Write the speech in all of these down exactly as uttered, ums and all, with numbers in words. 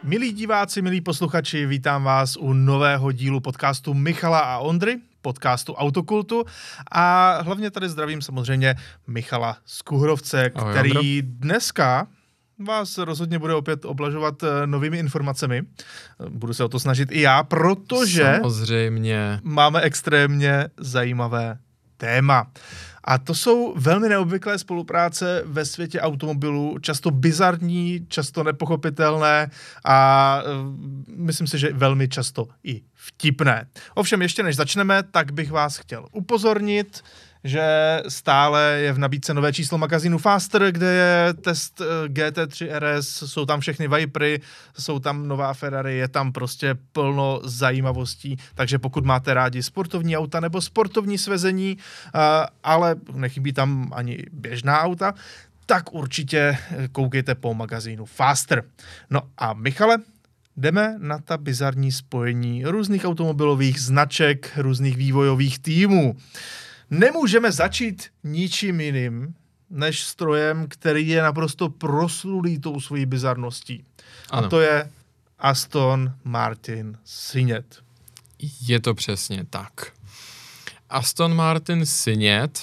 Milí diváci, milí posluchači, vítám vás u nového dílu podcastu Michala a Ondry, podcastu Autokultu a hlavně tady zdravím samozřejmě Michala z Kuhrovce, Ahoj, který Ondro. dneska vás rozhodně bude opět oblažovat novými informacemi. Budu se o to snažit i já, protože Samozřejmě. máme extrémně zajímavé téma. A to jsou velmi neobvyklé spolupráce ve světě automobilů, často bizarní, často nepochopitelné a uh, myslím si, že velmi často i vtipné. Ovšem ještě než začneme, tak bych vás chtěl upozornit, že stále je v nabídce nové číslo magazínu Faster, kde je test G T tři R S, jsou tam všechny Vipery, jsou tam nová Ferrari, je tam prostě plno zajímavostí, takže pokud máte rádi sportovní auta nebo sportovní svezení, ale nechybí tam ani běžná auta, tak určitě koukejte po magazínu Faster. No a Michale, jdeme na ta bizarní spojení různých automobilových značek, různých vývojových týmů. Nemůžeme začít ničím jiným, než strojem, který je naprosto proslulý tou svojí bizarností. Ano. A to je Aston Martin Signet. Je to přesně tak. Aston Martin Signet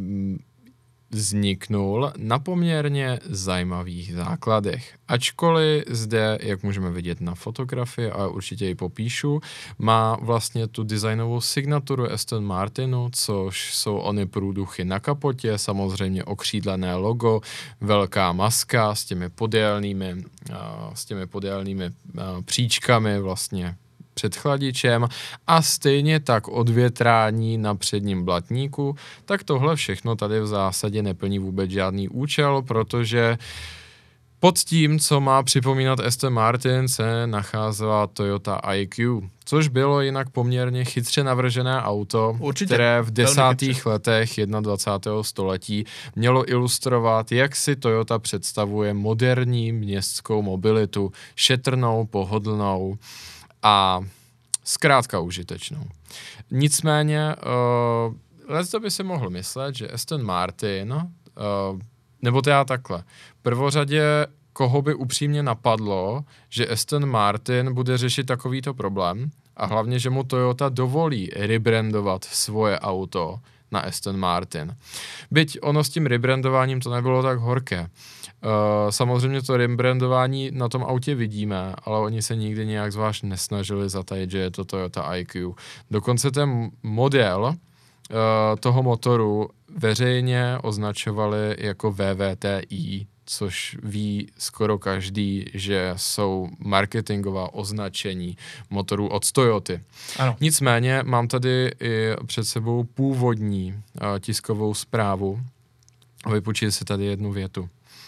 vzniknul na poměrně zajímavých základech. Ačkoliv zde, jak můžeme vidět na fotografii a určitě ji popíšu, má vlastně tu designovou signaturu Aston Martinu, což jsou ony průduchy na kapotě, samozřejmě okřídlené logo, velká maska s těmi podélnými, s těmi podélnými příčkami vlastně před chladičem a stejně tak odvětrání na předním blatníku, tak tohle všechno tady v zásadě neplní vůbec žádný účel, protože pod tím, co má připomínat Aston Martin, se nacházela Toyota I Q, což bylo jinak poměrně chytře navržené auto, Určitě, které v desátých letech dvacátého prvního století mělo ilustrovat, jak si Toyota představuje moderní městskou mobilitu, šetrnou, pohodlnou a zkrátka užitečnou. Nicméně, uh, leco by si mohl myslet, že Aston Martin, uh, nebo teda takhle, prvořadě, koho by upřímně napadlo, že Aston Martin bude řešit takovýto problém a hlavně, že mu Toyota dovolí rebrandovat svoje auto na Aston Martin. Byť ono s tím rebrandováním to nebylo tak horké. Uh, samozřejmě to rebrandování na tom autě vidíme, ale oni se nikdy nějak zvlášť nesnažili zatajit, že je to Toyota I Q. Dokonce ten model uh, toho motoru veřejně označovali jako V V T I, což ví skoro každý, že jsou marketingová označení motorů od Toyoty. Ano. Nicméně mám tady i před sebou původní uh, tiskovou zprávu. Vypočuji si tady jednu větu.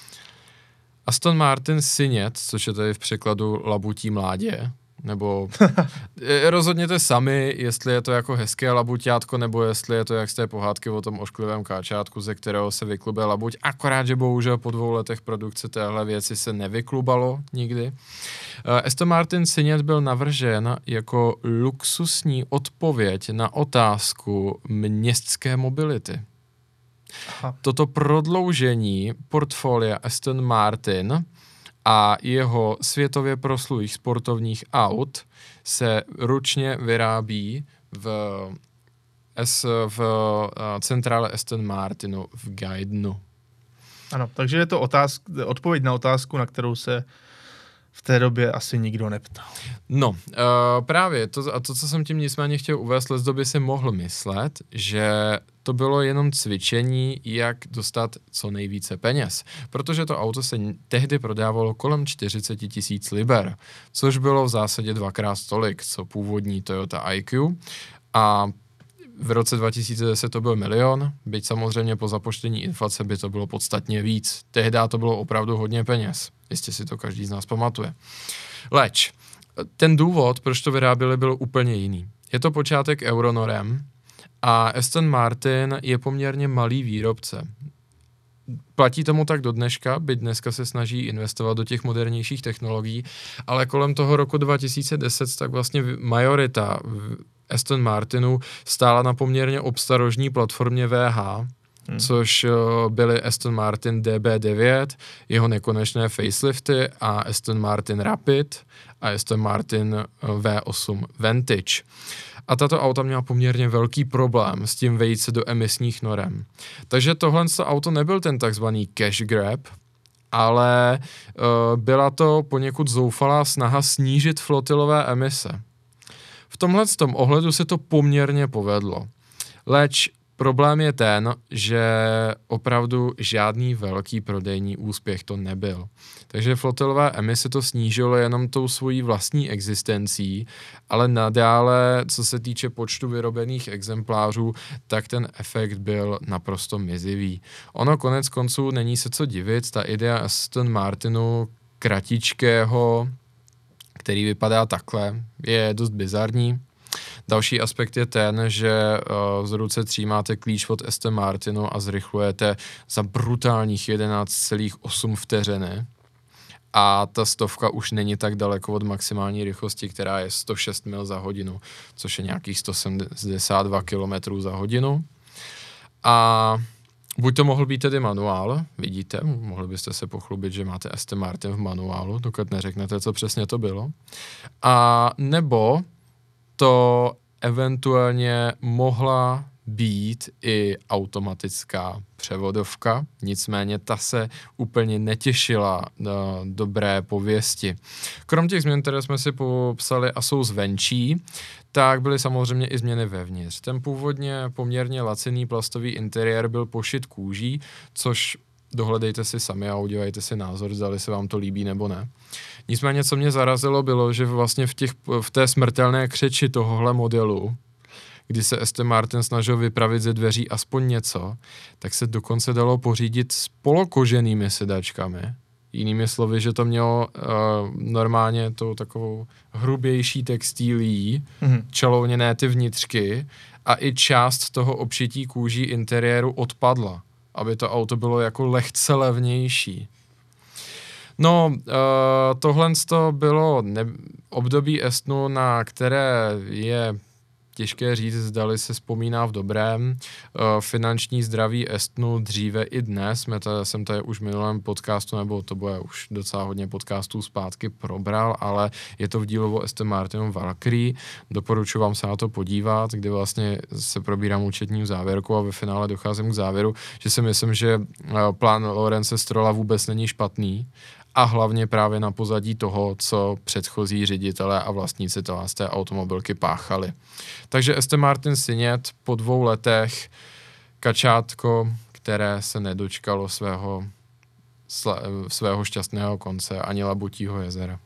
Aston Martin Signet, což je tady v překladu labutí mládě, nebo rozhodněte sami, jestli je to jako hezké labuťátko, nebo jestli je to jak z té pohádky o tom ošklivém káčátku, ze kterého se vyklube labuť, akorát, že bohužel po dvou letech produkce téhle věci se nevyklubalo nikdy. Aston Martin Signet byl navržen jako luxusní odpověď na otázku městské mobility. Aha. Toto prodloužení portfolia Aston Martin a jeho světově proslulých sportovních aut se ručně vyrábí v, v centrále Aston Martinu v Gaydonu. Ano, takže je to otázk, odpověď na otázku, na kterou se v té době asi nikdo neptal. No, uh, právě to, a to, co jsem tím nicméně chtěl uvést, leco by si mohl myslet, že to bylo jenom cvičení, jak dostat co nejvíce peněz. Protože to auto se tehdy prodávalo kolem čtyřicet tisíc liber, což bylo v zásadě dvakrát tolik, co původní Toyota I Q. A v roce dva tisíce deset to byl milion, byť samozřejmě po započtení inflace by to bylo podstatně víc. Tehdy to bylo opravdu hodně peněz. Jistě si to každý z nás pamatuje. Leč, ten důvod, proč to vyráběli, byl úplně jiný. Je to počátek euronorem a Aston Martin je poměrně malý výrobce. Platí tomu tak do dneška, byť dneska se snaží investovat do těch modernějších technologií, ale kolem toho roku dva tisíce deset tak vlastně majorita Aston Martinu stála na poměrně obstarožní platformě V H, hmm. což uh, byly Aston Martin D B devět, jeho nekonečné facelifty a Aston Martin Rapid a Aston Martin V osm Vantage. A tato auta měla poměrně velký problém s tím vejít se do emisních norem. Takže tohle auto nebyl ten takzvaný cash grab, ale uh, byla to poněkud zoufalá snaha snížit flotilové emise. V tomhle tom ohledu se to poměrně povedlo. Leč problém je ten, že opravdu žádný velký prodejní úspěch to nebyl. Takže flotilové emise to snížilo jenom tou svojí vlastní existencí, ale nadále, co se týče počtu vyrobených exemplářů, tak ten efekt byl naprosto mizivý. Ono konec konců není se co divit, ta idea Aston Martinu kratičkého, který vypadá takhle, je dost bizarní. Další aspekt je ten, že uh, z ruce třímáte klíč od Aston Martinu a zrychlujete za brutálních jedenáct celá osm vteřiny. A ta stovka už není tak daleko od maximální rychlosti, která je sto šest mil za hodinu, což je nějakých sto sedmdesát dva kilometrů za hodinu. A buď to mohl být tedy manuál, vidíte, mohli byste se pochlubit, že máte Aston Martin v manuálu, dokud neřeknete, co přesně to bylo. A nebo to eventuálně mohla být i automatická převodovka, nicméně ta se úplně netěšila na dobré pověsti. Krom těch změn, které jsme si popsali a jsou zvenčí, tak byly samozřejmě i změny vevnitř. Ten původně poměrně laciný plastový interiér byl pošit kůží, což dohledejte si sami a udělejte si názor, zdali se vám to líbí nebo ne. Nicméně, co mě zarazilo, bylo, že vlastně v, těch, v té smrtelné křeči tohohle modelu, kdy se Aston Martin snažil vypravit ze dveří aspoň něco, tak se dokonce dalo pořídit s polokoženými sedačkami. Jinými slovy, že to mělo uh, normálně tou takovou hrubější textílí, mm-hmm. čalouněné ty vnitřky a i část toho obšití kůží interiéru odpadla, aby to auto bylo jako lehce levnější. No, uh, tohle to bylo ne- období Astonu, na které je těžké říct, zdali se vzpomíná v dobrém. Uh, finanční zdraví Astonu dříve i dnes, jsme tady, jsem tady už v minulém podcastu, nebo to bude už docela hodně podcastů zpátky probral, ale je to v dílu o Aston Martinu Valkyrie. Doporučuji vám se na to podívat, kdy vlastně se probírám účetní závěrku a ve finále docházím k závěru, že si myslím, že uh, plán Lawrence Strolla vůbec není špatný, a hlavně právě na pozadí toho, co předchozí ředitelé a vlastníci z té automobilky páchali. Takže Aston Martin Signet po dvou letech kačátko, které se nedočkalo svého, svého šťastného konce ani Labutího jezera.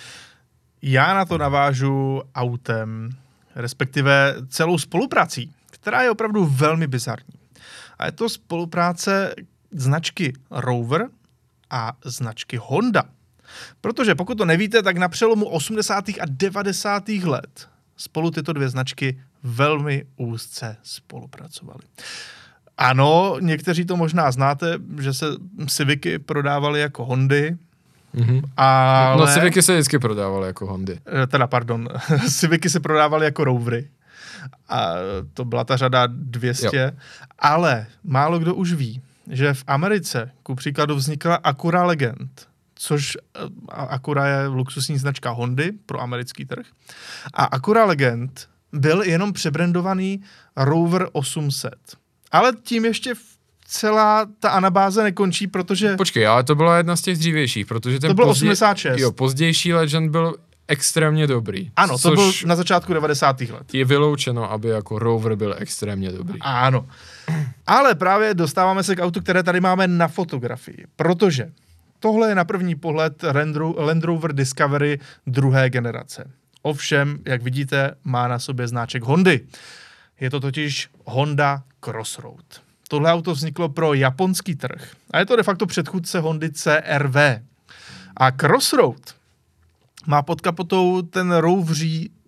Já na to navážu autem, respektive celou spoluprací, která je opravdu velmi bizarní. A je to spolupráce značky Rover a značky Honda. Protože pokud to nevíte, tak na přelomu osmdesátých a devadesátých let spolu tyto dvě značky velmi úzce spolupracovaly. Ano, někteří to možná znáte, že se Civicy prodávaly jako Hondy, mm-hmm. ale... No Civicy se vždycky prodávaly jako Hondy. Teda, pardon, Civicy se prodávaly jako Rovery. A to byla ta řada dvě stě. Jo. Ale málo kdo už ví, že v Americe, ku příkladu, vznikla Acura Legend, což Acura je luxusní značka Hondy pro americký trh. A Acura Legend byl jenom přebrandovaný Rover osm set. Ale tím ještě celá ta anabáze nekončí, protože... Počkej, ale to byla jedna z těch dřívějších, protože ten to bylo pozdě... osmdesát šest. Jo, pozdější Legend byl extrémně dobrý. Ano, to byl na začátku devadesátých let. Je vyloučeno, aby jako Rover byl extrémně dobrý. Ano. Ale právě dostáváme se k autu, které tady máme na fotografii, protože tohle je na první pohled Land Rover Discovery druhé generace. Ovšem, jak vidíte, má na sobě znáček Hondy. Je to totiž Honda Crossroad. Tohle auto vzniklo pro japonský trh a je to de facto předchůdce Hondy C R V. A Crossroad má pod kapotou ten rouvří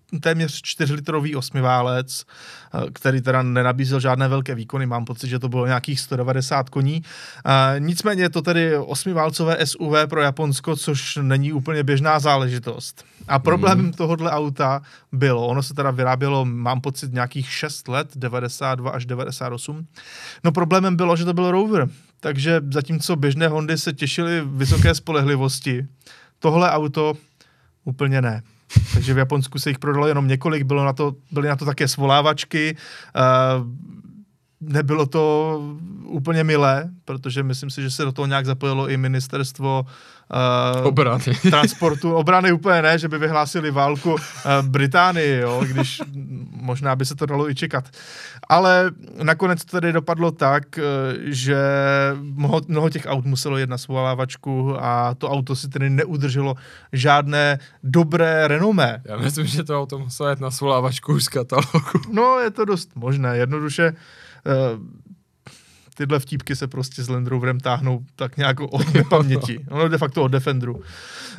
téměř čtyřlitrový osmiválec, který teda nenabízel žádné velké výkony, mám pocit, že to bylo nějakých sto devadesát koní. Nicméně je to tedy osmiválcové S U V pro Japonsko, což není úplně běžná záležitost. A problém mm. tohohle auta bylo, ono se teda vyrábělo, mám pocit, nějakých šest let, devadesát dva až devadesát osm. No problémem bylo, že to byl Rover, takže zatímco běžné Hondy se těšily vysoké spolehlivosti, tohle auto úplně ne. Takže v Japonsku se jich prodalo jenom několik, bylo na to, byly na to také svolávačky, uh, nebylo to úplně milé, protože myslím si, že se do toho nějak zapojilo i ministerstvo uh, obrany. transportu. Obrany úplně ne, že by vyhlásili válku uh, Británii, jo, když možná by se to dalo i čekat. Ale nakonec to tedy dopadlo tak, uh, že mnoho, mnoho těch aut muselo jet na svolávačku a to auto si tedy neudrželo žádné dobré renomé. Já myslím, že to auto muselo jet na svolávačku už z katalogu. No, je to dost možné. Jednoduše Uh, tyhle vtípky se prostě s Land Roverem táhnou tak nějak od paměti. No, de facto od Defenderu. Uh,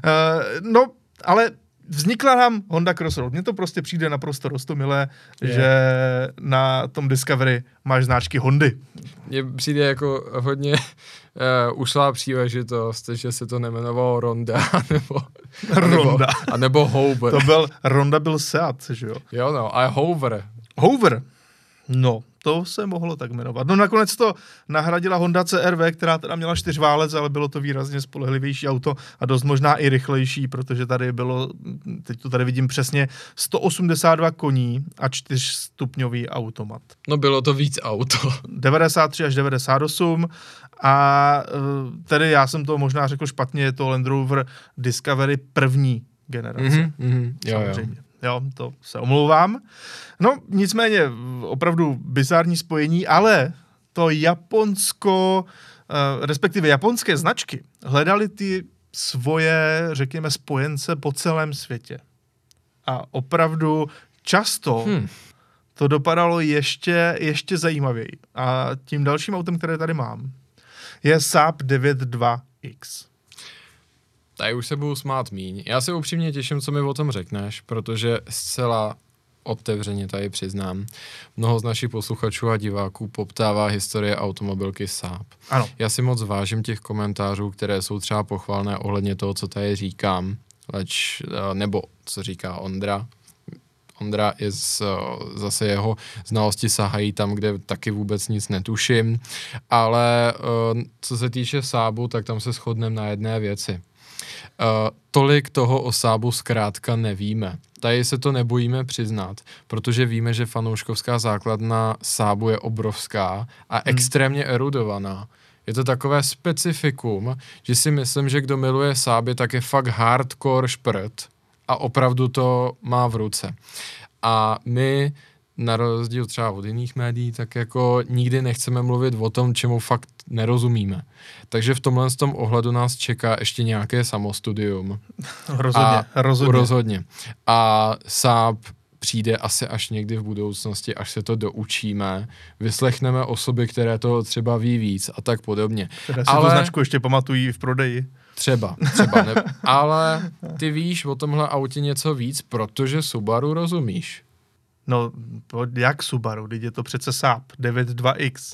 no, ale vznikla nám Honda Crossroad. Mně to prostě přijde naprosto roztomilé, je. že na tom Discovery máš značky Hondy. Mně přijde jako hodně uh, ušlá příležitost, že se to nemenovalo Ronda, nebo Ronda. A nebo Hoover. To byl, Ronda byl Seat, že jo? Jo no, a Hoover. Hoover. No, to se mohlo tak jmenovat. No nakonec to nahradila Honda C R V, která teda měla čtyřválec, ale bylo to výrazně spolehlivější auto a dost možná i rychlejší, protože tady bylo, teď to tady vidím přesně, sto osmdesát dva koní a čtyřstupňový automat. No bylo to víc auto. devadesát tři až devadesát osm a tedy já jsem to možná řekl špatně, je to Land Rover Discovery první generace. Mm-hmm, mm-hmm, jo, samozřejmě. Jo. Jo, to se omlouvám. No, nicméně opravdu bizarní spojení, ale to Japonsko, respektive japonské značky, hledali ty svoje, řekněme, spojence po celém světě. A opravdu často hmm. to dopadalo ještě, ještě zajímavěji. A tím dalším autem, které tady mám, je Saab devět dva X. Tady už se budu smát míň. Já se upřímně těším, co mi o tom řekneš, protože zcela otevřeně tady přiznám, mnoho z našich posluchačů a diváků poptává historie automobilky Saab. Ano. Já si moc vážím těch komentářů, které jsou třeba pochvalné ohledně toho, co tady říkám, leč, nebo co říká Ondra. Ondra je z, zase jeho znalosti sahají tam, kde taky vůbec nic netuším, ale co se týče Saabu, tak tam se shodneme na jedné věci. Uh, tolik toho o Saabu zkrátka nevíme. Tady se to nebojíme přiznat, protože víme, že fanouškovská základna Saabu je obrovská a hmm. extrémně erudovaná. Je to takové specifikum, že si myslím, že kdo miluje Saaby, tak je fakt hardcore šprt a opravdu to má v ruce. A my, na rozdíl třeba od jiných médií, tak jako nikdy nechceme mluvit o tom, čemu fakt nerozumíme. Takže v tomhle tom ohledu nás čeká ještě nějaké samostudium. Rozhodně, a, rozhodně. rozhodně. A Saab přijde asi až někdy v budoucnosti, až se to doučíme, vyslechneme osoby, které to třeba ví víc a tak podobně. Které si ale... tu značku ještě pamatují v prodeji. Třeba, třeba. Ne, ale ty víš o tomhle autě něco víc, protože Subaru rozumíš. No, jak Subaru? Teď je to přece Saab devět dva X.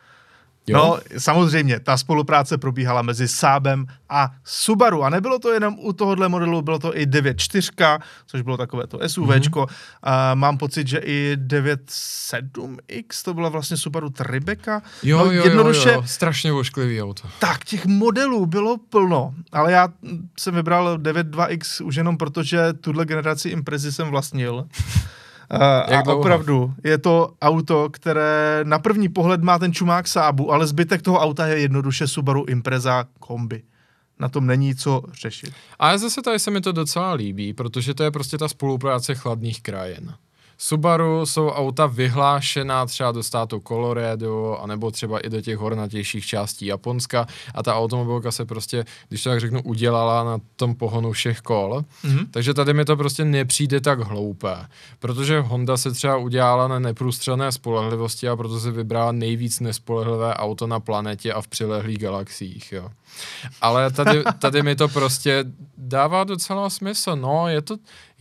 Jo? No, samozřejmě, ta spolupráce probíhala mezi Saabem a Subaru. A nebylo to jenom u tohohle modelu, bylo to i devět čtyři, což bylo takové to SUVčko. Mm-hmm. A mám pocit, že i devět sedm X, to byla vlastně Subaru Tribeca. Jo, no, jo, jednoduše, jo, jo, strašně ošklivý auto. Tak, těch modelů bylo plno, ale já jsem vybral devět dva X už jenom proto, že tuhle generaci Imprezy jsem vlastnil. Uh, a opravdu, je to auto, které na první pohled má ten čumák Saabu, ale zbytek toho auta je jednoduše Subaru Impreza kombi. Na tom není co řešit. Ale zase tady se mi to docela líbí, protože to je prostě ta spolupráce chladných krajin. Subaru jsou auta vyhlášená třeba do státu Colorado, anebo třeba i do těch hornatějších částí Japonska a ta automobilka se prostě, když to tak řeknu, udělala na tom pohonu všech kol. Mm-hmm. Takže tady mi to prostě nepřijde tak hloupé, protože Honda se třeba udělala na neprůstřelné spolehlivosti a proto se vybrala nejvíc nespolehlivé auto na planetě a v přilehlých galaxiích, jo. Ale tady, tady mi to prostě dává docela smysl, no, je to,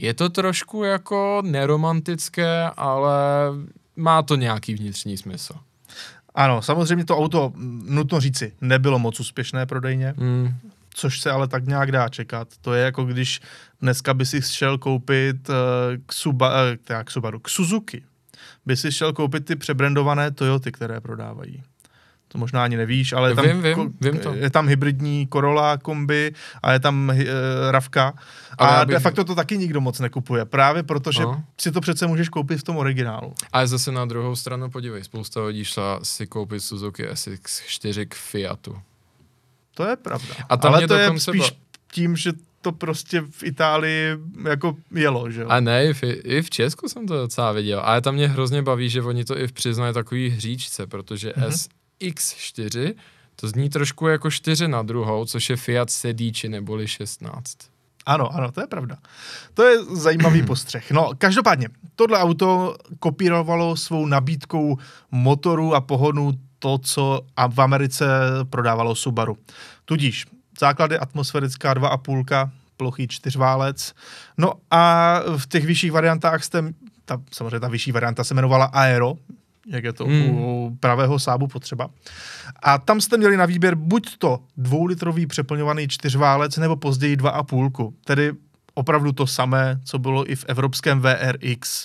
Je to trošku jako neromantické, ale má to nějaký vnitřní smysl. Ano, samozřejmě to auto, nutno říci, nebylo moc úspěšné prodejně, mm. což se ale tak nějak dá čekat. To je jako když dneska by si šel koupit uh, k, Suba, uh, k, Subaru, k Suzuki. By si šel koupit ty přebrandované Toyoty, které prodávají. To možná ani nevíš, ale je tam, vím, vím, vím to. je tam hybridní Corolla kombi a je tam uh, Ravka. A bych... de facto to taky nikdo moc nekupuje. Právě protože no. si to přece můžeš koupit v tom originálu. Ale zase na druhou stranu podívej, spousta lidí šla si koupit Suzuki S X čtyři k Fiatu. To je pravda. A tam ale to je spíš ba... tím, že to prostě v Itálii jako jelo, že jo? A ne, i v, i v Česku jsem to docela viděl. Ale tam mě hrozně baví, že oni to i přiznají takový hříčce, protože mm-hmm. S X čtyři to zní trošku jako čtyři na druhou, což je Fiat Sedici neboli šestnáct. Ano, ano, to je pravda. To je zajímavý postřeh. No, každopádně, tohle auto kopírovalo svou nabídkou motoru a pohonu to, co v Americe prodávalo Subaru. Tudíž základy atmosférická dva a půl, plochý čtyřválec. No a v těch vyšších variantách jste, ta, samozřejmě ta vyšší varianta se jmenovala Aero, jak je to hmm. u pravého Saabu potřeba. A tam jste měli na výběr buď to dvoulitrový přeplňovaný čtyřválec, nebo později dva a půlku. Tedy opravdu to samé, co bylo i v evropském V R X.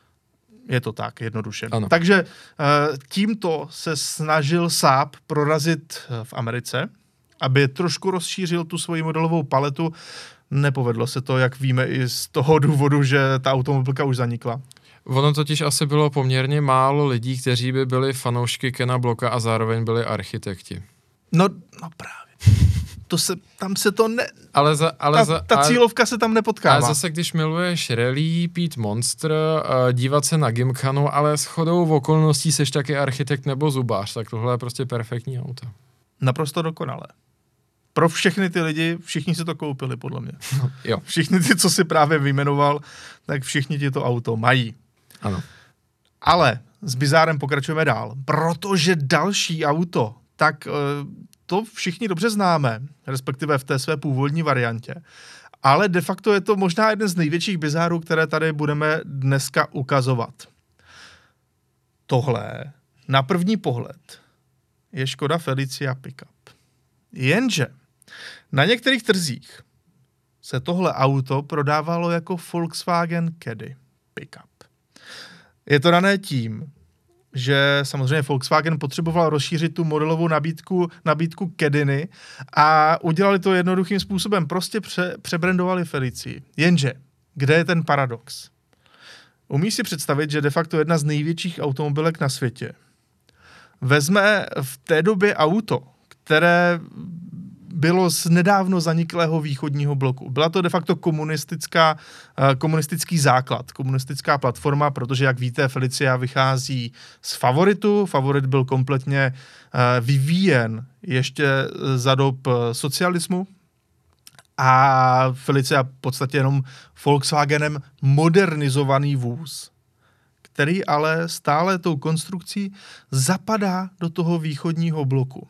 Je to tak, jednoduše. Ano. Takže tímto se snažil Saab prorazit v Americe, aby trošku rozšířil tu svoji modelovou paletu. Nepovedlo se to, jak víme, i z toho důvodu, že ta automobilka už zanikla. Ono totiž asi bylo poměrně málo lidí, kteří by byli fanoušky Kena Blocka a zároveň byli architekti. No, no právě. To se, tam se to ne... Ale za, ale ta, za, ta cílovka se tam nepotkává. Ale zase, když miluješ rally, pít Monster, uh, dívat se na Gymkhanu, ale shodou v okolností seš taky architekt nebo zubář, tak tohle je prostě perfektní auto. Naprosto dokonalé. Pro všechny ty lidi, všichni si to koupili, podle mě. No, jo. Všichni ty, co si právě vyjmenoval, tak všichni ti to auto mají. Ano. Ale s bizárem pokračujeme dál, protože další auto, tak to všichni dobře známe, respektive v té své původní variantě. Ale de facto je to možná jeden z největších bizárů, které tady budeme dneska ukazovat. Tohle na první pohled je Škoda Felicia Pickup. Jenže na některých trzích se tohle auto prodávalo jako Volkswagen Caddy Pickup. Je to dané tím, že samozřejmě Volkswagen potřeboval rozšířit tu modelovou nabídku, nabídku Caddiny a udělali to jednoduchým způsobem. Prostě pře, přebrandovali Felicii. Jenže, kde je ten paradox? Umíš si představit, že de facto jedna z největších automobilek na světě vezme v té době auto, které bylo z nedávno zaniklého východního bloku. Byla to de facto komunistická, komunistický základ, komunistická platforma, protože, jak víte, Felicia vychází z Favoritu. Favorit byl kompletně vyvíjen ještě za dob socialismu a Felicia v podstatě jenom Volkswagenem modernizovaný vůz, který ale stále tou konstrukcí zapadá do toho východního bloku.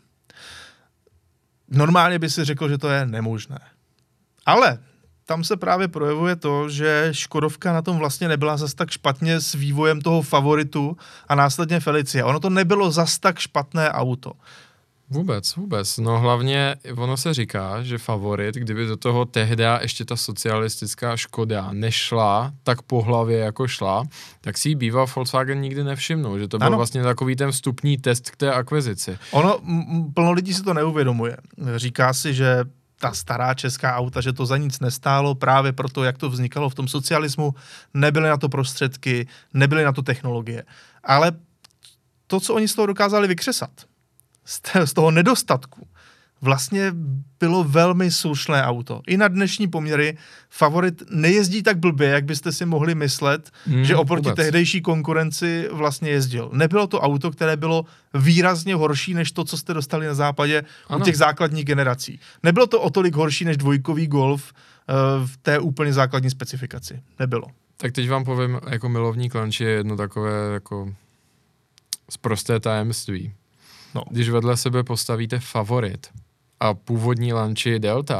Normálně by si řekl, že to je nemožné. Ale tam se právě projevuje to, že Škodovka na tom vlastně nebyla zas tak špatně s vývojem toho Favoritu a následně Felicia. Ono to nebylo zas tak špatné auto. Vůbec, vůbec. No hlavně ono se říká, že Favorit, kdyby do toho tehdy ještě ta socialistická Škoda nešla tak po hlavě, jako šla, tak si ji býval Volkswagen nikdy nevšimnul, že to byl ano. vlastně takový ten vstupní test k té akvizici. Ono, m- plno lidí si to neuvědomuje. Říká si, že ta stará česká auta, že to za nic nestálo právě proto, jak to vznikalo v tom socialismu, nebyly na to prostředky, nebyly na to technologie. Ale to, co oni z toho dokázali vykřesat, z toho nedostatku, vlastně bylo velmi slušné auto. I na dnešní poměry Favorit nejezdí tak blbě, jak byste si mohli myslet, mm, že oproti vůbec. tehdejší konkurenci vlastně jezdil. Nebylo to auto, které bylo výrazně horší než to, co jste dostali na západě ano. u těch základních generací. Nebylo to o tolik horší než dvojkový Golf uh, v té úplně základní specifikaci. Nebylo. Tak teď vám povím, jako milovník Lancia je jedno takové jako sprosté tajemství. No. Když vedle sebe postavíte Favorit a původní Lancia Delta,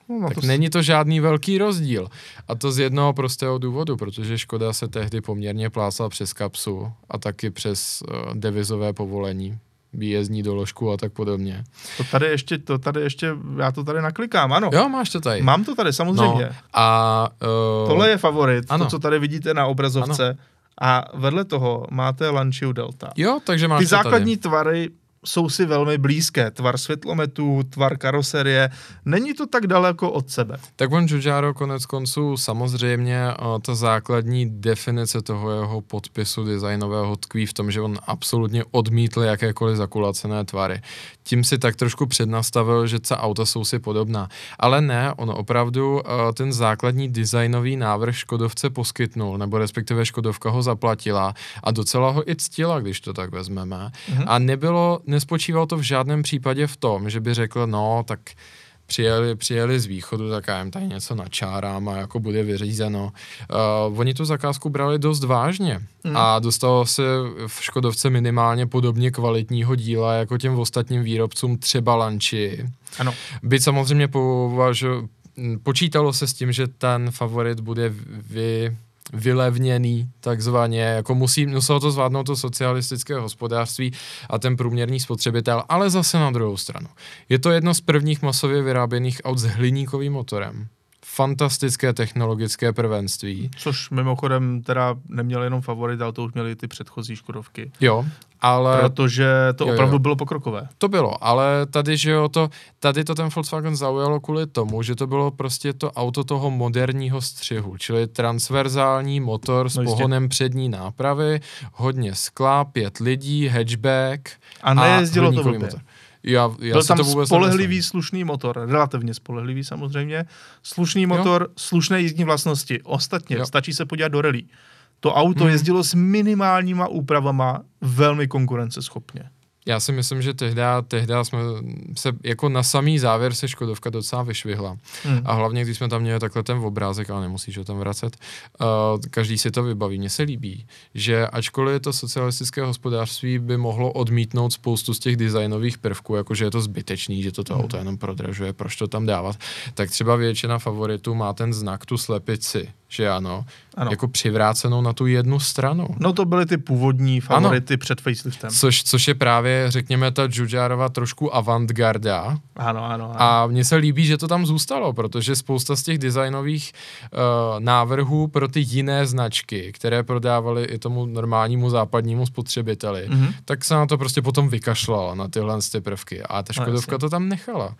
No, tak to není to žádný velký rozdíl. A to z jednoho prostého důvodu, protože Škoda se tehdy poměrně plácala přes kapsu a taky přes uh, devizové povolení, výjezdní doložku a tak podobně. To tady ještě, to tady ještě, já to tady naklikám, ano. Jo, máš to tady. Mám to tady, samozřejmě. No, a, uh, tohle je favorit, ano. to, co tady vidíte na obrazovce. Ano. A vedle toho máte Lancia Delta. Jo, takže máš Ty to základní tady. tvary jsou si velmi blízké. Tvar světlometů, tvar karoserie. Není to tak daleko od sebe. Tak on Giugiaro konec konců samozřejmě ta základní definice toho jeho podpisu designového tkví v tom, že on absolutně odmítl jakékoliv zakulacené tvary. Tím si tak trošku přednastavil, že ta auta jsou si podobná. Ale ne, on opravdu ten základní designový návrh Škodovce poskytnul, nebo respektive Škodovka ho zaplatila a docela ho i ctila, když to tak vezmeme. Mhm. A nebylo nespočívalo to v žádném případě v tom, že by řekl, no, tak přijeli, přijeli z východu, tak já jim tady něco načárám a jako bude vyřízeno. Uh, oni tu zakázku brali dost vážně hmm. a dostalo se v Škodovce minimálně podobně kvalitního díla jako těm ostatním výrobcům, třeba Lancii. Ano. Byť samozřejmě považu, počítalo se s tím, že ten favorit bude vy... vylevněný, takzvaně, jako musí, muselo to zvládnout to socialistické hospodářství a ten průměrný spotřebitel, ale zase na druhou stranu. Je to jedno z prvních masově vyráběných aut s hliníkovým motorem. Fantastické technologické prvenství. Což mimochodem teda neměl jenom favorit, ale to už měli ty předchozí Škodovky. Jo, ale... Protože to jo, opravdu jo. bylo pokrokové. To bylo, ale tady, že jo, to, tady to ten Volkswagen zaujalo kvůli tomu, že to bylo prostě to auto toho moderního střihu, čili transverzální motor s no pohonem přední nápravy, hodně skla, pět lidí, hatchback a nejezdilo to blbě. Motor. Já, já Byl tam to vůbec spolehlivý, nemyslím. slušný motor, relativně spolehlivý samozřejmě, slušný motor, jo. slušné jízdní vlastnosti. Ostatně, jo. stačí se podívat do rally. To auto hmm. jezdilo s minimálníma úpravama velmi konkurenceschopně. Já si myslím, že tehda, tehda jsme se jako na samý závěr se Škodovka docela vyšvihla. Hmm. A hlavně, když jsme tam měli takhle ten obrázek, ale nemusíš ho tam vracet, uh, každý si to vybaví. Mně se líbí, že ačkoliv to socialistické hospodářství by mohlo odmítnout spoustu z těch designových prvků, jakože je to zbytečný, že to, to hmm. auto jenom prodražuje, proč to tam dávat, tak třeba většina favoritů má ten znak, tu slepici, že ano, ano, jako přivrácenou na tu jednu stranu. No to byly ty původní favority ano. před faceliftem. Což, což je právě, řekněme, ta Giugiarova trošku avantgarda. Ano, ano, ano. A mně se líbí, že to tam zůstalo, protože spousta z těch designových uh, návrhů pro ty jiné značky, které prodávaly i tomu normálnímu západnímu spotřebiteli, mm-hmm. tak se na to prostě potom vykašlala, na tyhle ty prvky. A ta Škodovka no, to tam nechala.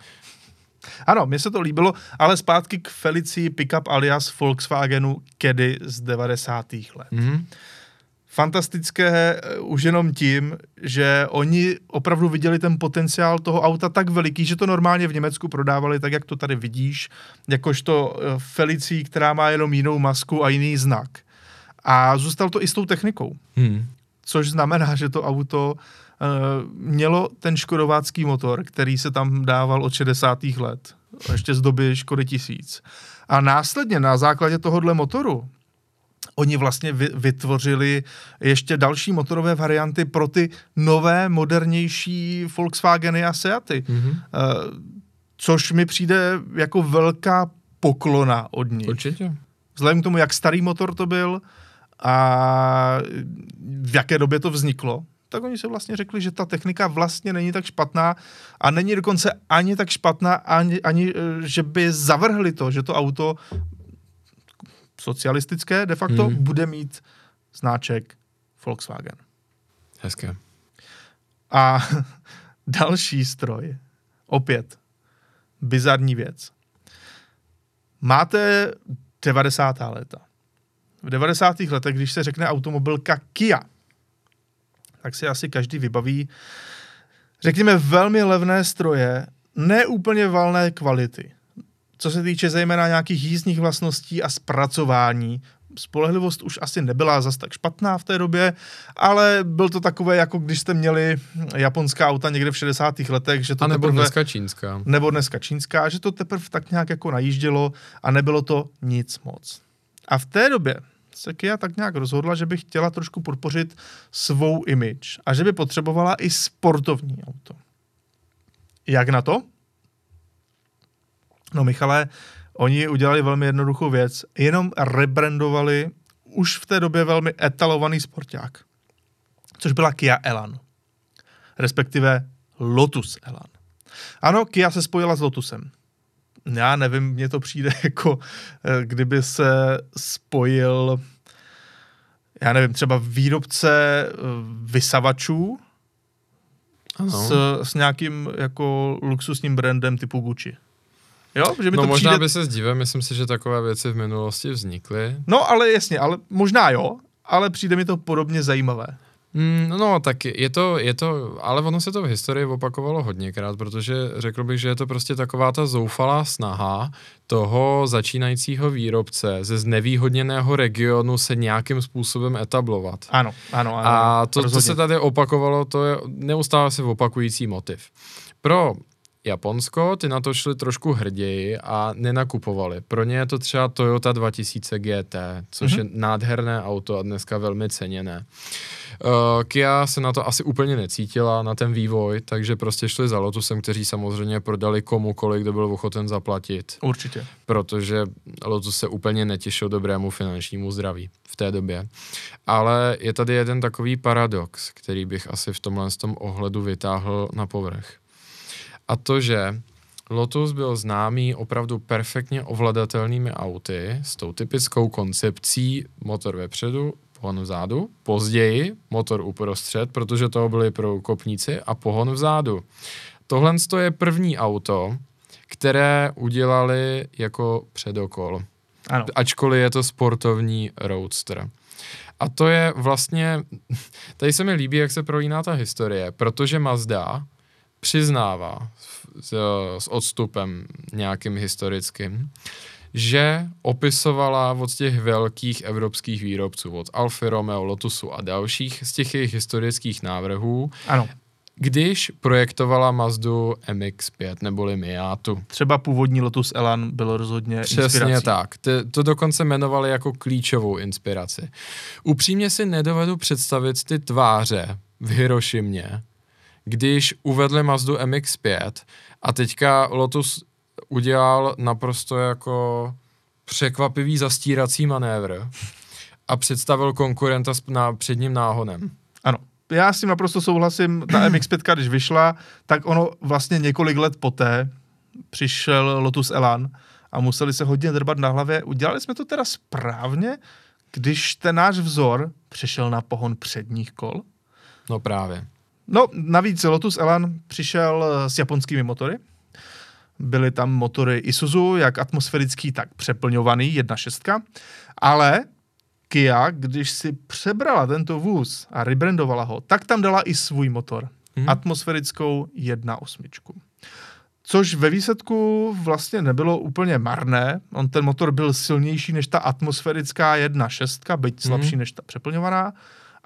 Ano, mně se to líbilo, ale zpátky k Felicii Pickup alias Volkswagenu Caddy z devadesátých let. Mm-hmm. Fantastické už jenom tím, že oni opravdu viděli ten potenciál toho auta tak veliký, že to normálně v Německu prodávali tak, jak to tady vidíš, jakožto Felicii, která má jenom jinou masku a jiný znak. A zůstal to i s tou technikou. Hmm. Což znamená, že to auto Uh, mělo ten škodovácký motor, který se tam dával od šedesátých let, ještě z doby Škody tisíc. A následně na základě tohohle motoru oni vlastně vy, vytvořili ještě další motorové varianty pro ty nové, modernější Volkswageny a Seaty. Mm-hmm. Uh, což mi přijde jako velká poklona od nich. Určitě. Vzhledem k tomu, jak starý motor to byl a v jaké době to vzniklo, tak oni se vlastně řekli, že ta technika vlastně není tak špatná a není dokonce ani tak špatná, ani, ani že by zavrhli to, že to auto socialistické de facto hmm. bude mít znáček Volkswagen. Hezké. A další stroj, opět bizarní věc. Máte devadesátá léta. V devadesátých letech, když se řekne automobilka Kia, tak si asi každý vybaví, řekněme, velmi levné stroje, ne úplně valné kvality. Co se týče zejména nějakých jízdních vlastností a zpracování, spolehlivost už asi nebyla zas tak špatná v té době, ale byl to takové, jako když jste měli japonská auta někde v šedesátých letech, že to a nebo teprve, dneska čínská. Nebo dneska čínská, že to teprve tak nějak jako najíždělo a nebylo to nic moc. A v té době se Kia tak nějak rozhodla, že by chtěla trošku podpořit svou image a že by potřebovala i sportovní auto. Jak na to? No Michale, oni udělali velmi jednoduchou věc, jenom rebrandovali už v té době velmi etalovaný sporták, což byla Kia Elan, respektive Lotus Elan. Ano, Kia se spojila s Lotusem. Já nevím, mně to přijde jako, kdyby se spojil, já nevím, třeba výrobce vysavačů s, s nějakým jako luxusním brandem typu Gucci. Jo, že mi no to možná přijde... by se zdivil, myslím si, že takové věci v minulosti vznikly. No ale jasně, ale možná jo, ale přijde mi to podobně zajímavé. Mm, no tak je to, je to, ale ono se to v historii opakovalo hodněkrát, protože řekl bych, že je to prostě taková ta zoufalá snaha toho začínajícího výrobce ze znevýhodněného regionu se nějakým způsobem etablovat. Ano, ano, ano. A to, co se tady opakovalo, to je neustále se opakující motiv. Pro Japonsko, ty na to šli trošku hrději a nenakupovali. Pro ně je to třeba Toyota dva tisíce G T, což mm-hmm. je nádherné auto a dneska velmi ceněné. Uh, Kia se na to asi úplně necítila, na ten vývoj, takže prostě šli za Lotusem, kteří samozřejmě prodali komukoliv, kdo byl ochoten zaplatit. Určitě. Protože Lotus se úplně netěšil dobrému finančnímu zdraví v té době. Ale je tady jeden takový paradox, který bych asi v tomhle z tom ohledu vytáhl na povrch. A to, že Lotus byl známý opravdu perfektně ovladatelnými auty s tou typickou koncepcí motor vepředu, pohon vzadu, později motor uprostřed, protože toho byli průkopníci a pohon vzadu. Tohle je první auto, které udělali jako předokol. Ano. Ačkoliv je to sportovní roadster. A to je vlastně, tady se mi líbí, jak se prolíná ta historie, protože Mazda přiznává s, s odstupem nějakým historickým, že opisovala od těch velkých evropských výrobců, od Alfy Romeo, Lotusu a dalších z těch jejich historických návrhů, ano. když projektovala Mazdu M X pět neboli Miatu. Třeba původní Lotus Elan bylo rozhodně Přesně inspirací. tak. To, to dokonce jmenovali jako klíčovou inspiraci. Upřímně si nedovedu představit ty tváře v Hirošimě, když uvedli Mazdu M X pět a teďka Lotus udělal naprosto jako překvapivý zastírací manévr a představil konkurenta s na, předním náhonem. Ano, já s tím naprosto souhlasím. Ta M X pět, když vyšla, tak ono vlastně několik let poté přišel Lotus Elan a museli se hodně drbat na hlavě. Udělali jsme to teda správně, když ten náš vzor přešel na pohon předních kol? No právě. No, navíc Lotus Elan přišel s japonskými motory. Byly tam motory Isuzu, jak atmosférický, tak přeplňovaný, jedna šestka. Ale Kia, když si přebrala tento vůz a rebrandovala ho, tak tam dala i svůj motor. Hmm. Atmosférickou jedna osmičku. Což ve výsledku vlastně nebylo úplně marné. On ten motor byl silnější než ta atmosférická jedna šestka, byť slabší hmm. než ta přeplňovaná.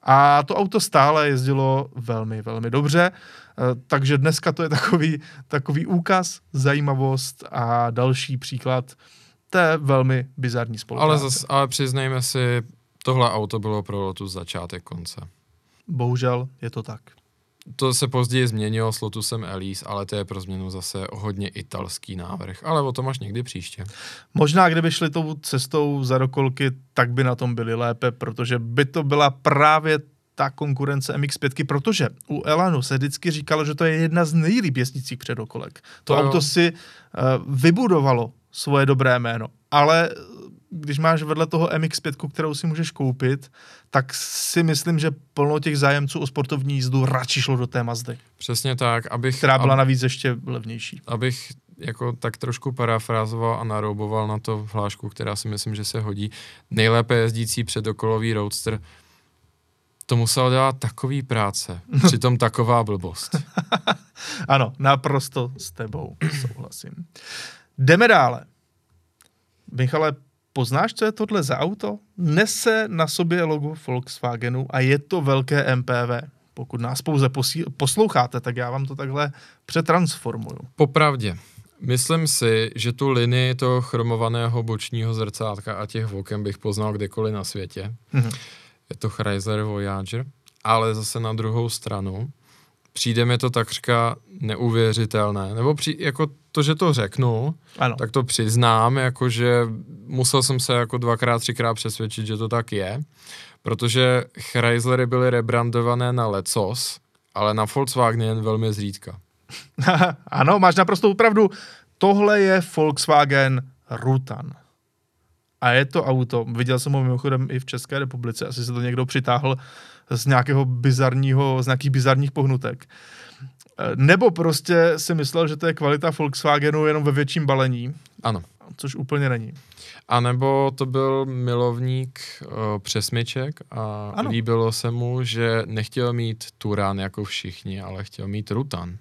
A to auto stále jezdilo velmi, velmi dobře, takže dneska to je takový, takový úkaz, zajímavost a další příklad té velmi bizarní spolupráce. Ale, zas, ale přiznejme si, tohle auto bylo pro Lotus začátek konce. Bohužel je to tak. To se později změnilo s Lotusem Elise, ale to je pro změnu zase hodně italský návrh. Ale o tom až někdy příště. Možná, kdyby šli tou cestou za rokolky, tak by na tom byli lépe, protože by to byla právě ta konkurence M X pět, protože u Elanu se vždycky říkalo, že to je jedna z nejlíp jezdících předokolek. To, to auto si uh, vybudovalo svoje dobré jméno, ale když máš vedle toho M X pět, kterou si můžeš koupit, tak si myslím, že plno těch zájemců o sportovní jízdu radši šlo do té Mazdy. Přesně tak, abych... Která byla ab, navíc ještě levnější. Abych jako tak trošku parafrázoval a narouboval na to hlášku, která si myslím, že se hodí. Nejlépe jezdící předokolový roadster, to muselo dělat takový práce, přitom taková blbost. Ano, naprosto s tebou souhlasím. Jdeme dále. Michale, poznáš, co je tohle za auto? Nese na sobě logo Volkswagenu a je to velké M P V. Pokud nás pouze posí- posloucháte, tak já vám to takhle přetransformuju. Popravdě. Myslím si, že tu linii toho chromovaného bočního zrcátka a těch oken bych poznal kdekoliv na světě. Mm-hmm. Je to Chrysler Voyager, ale zase na druhou stranu přijde mi to takřka neuvěřitelné. Nebo při, jako to, že to řeknu, ano. tak to přiznám, jakože musel jsem se jako dvakrát, třikrát přesvědčit, že to tak je, protože Chryslery byly rebrandované na lecos, ale na Volkswagen jen velmi zřídka. Ano, máš naprosto pravdu. Tohle je Volkswagen Rutan. A je to auto, viděl jsem ho mimochodem i v České republice, asi se to někdo přitáhl z nějakého bizarního, z nějakých bizarních pohnutek. Nebo prostě si myslel, že to je kvalita Volkswagenu jenom ve větším balení. Ano. Což úplně není. A nebo to byl milovník uh, přesmyček a ano. líbilo se mu, že nechtěl mít Turan jako všichni, ale chtěl mít Rutan.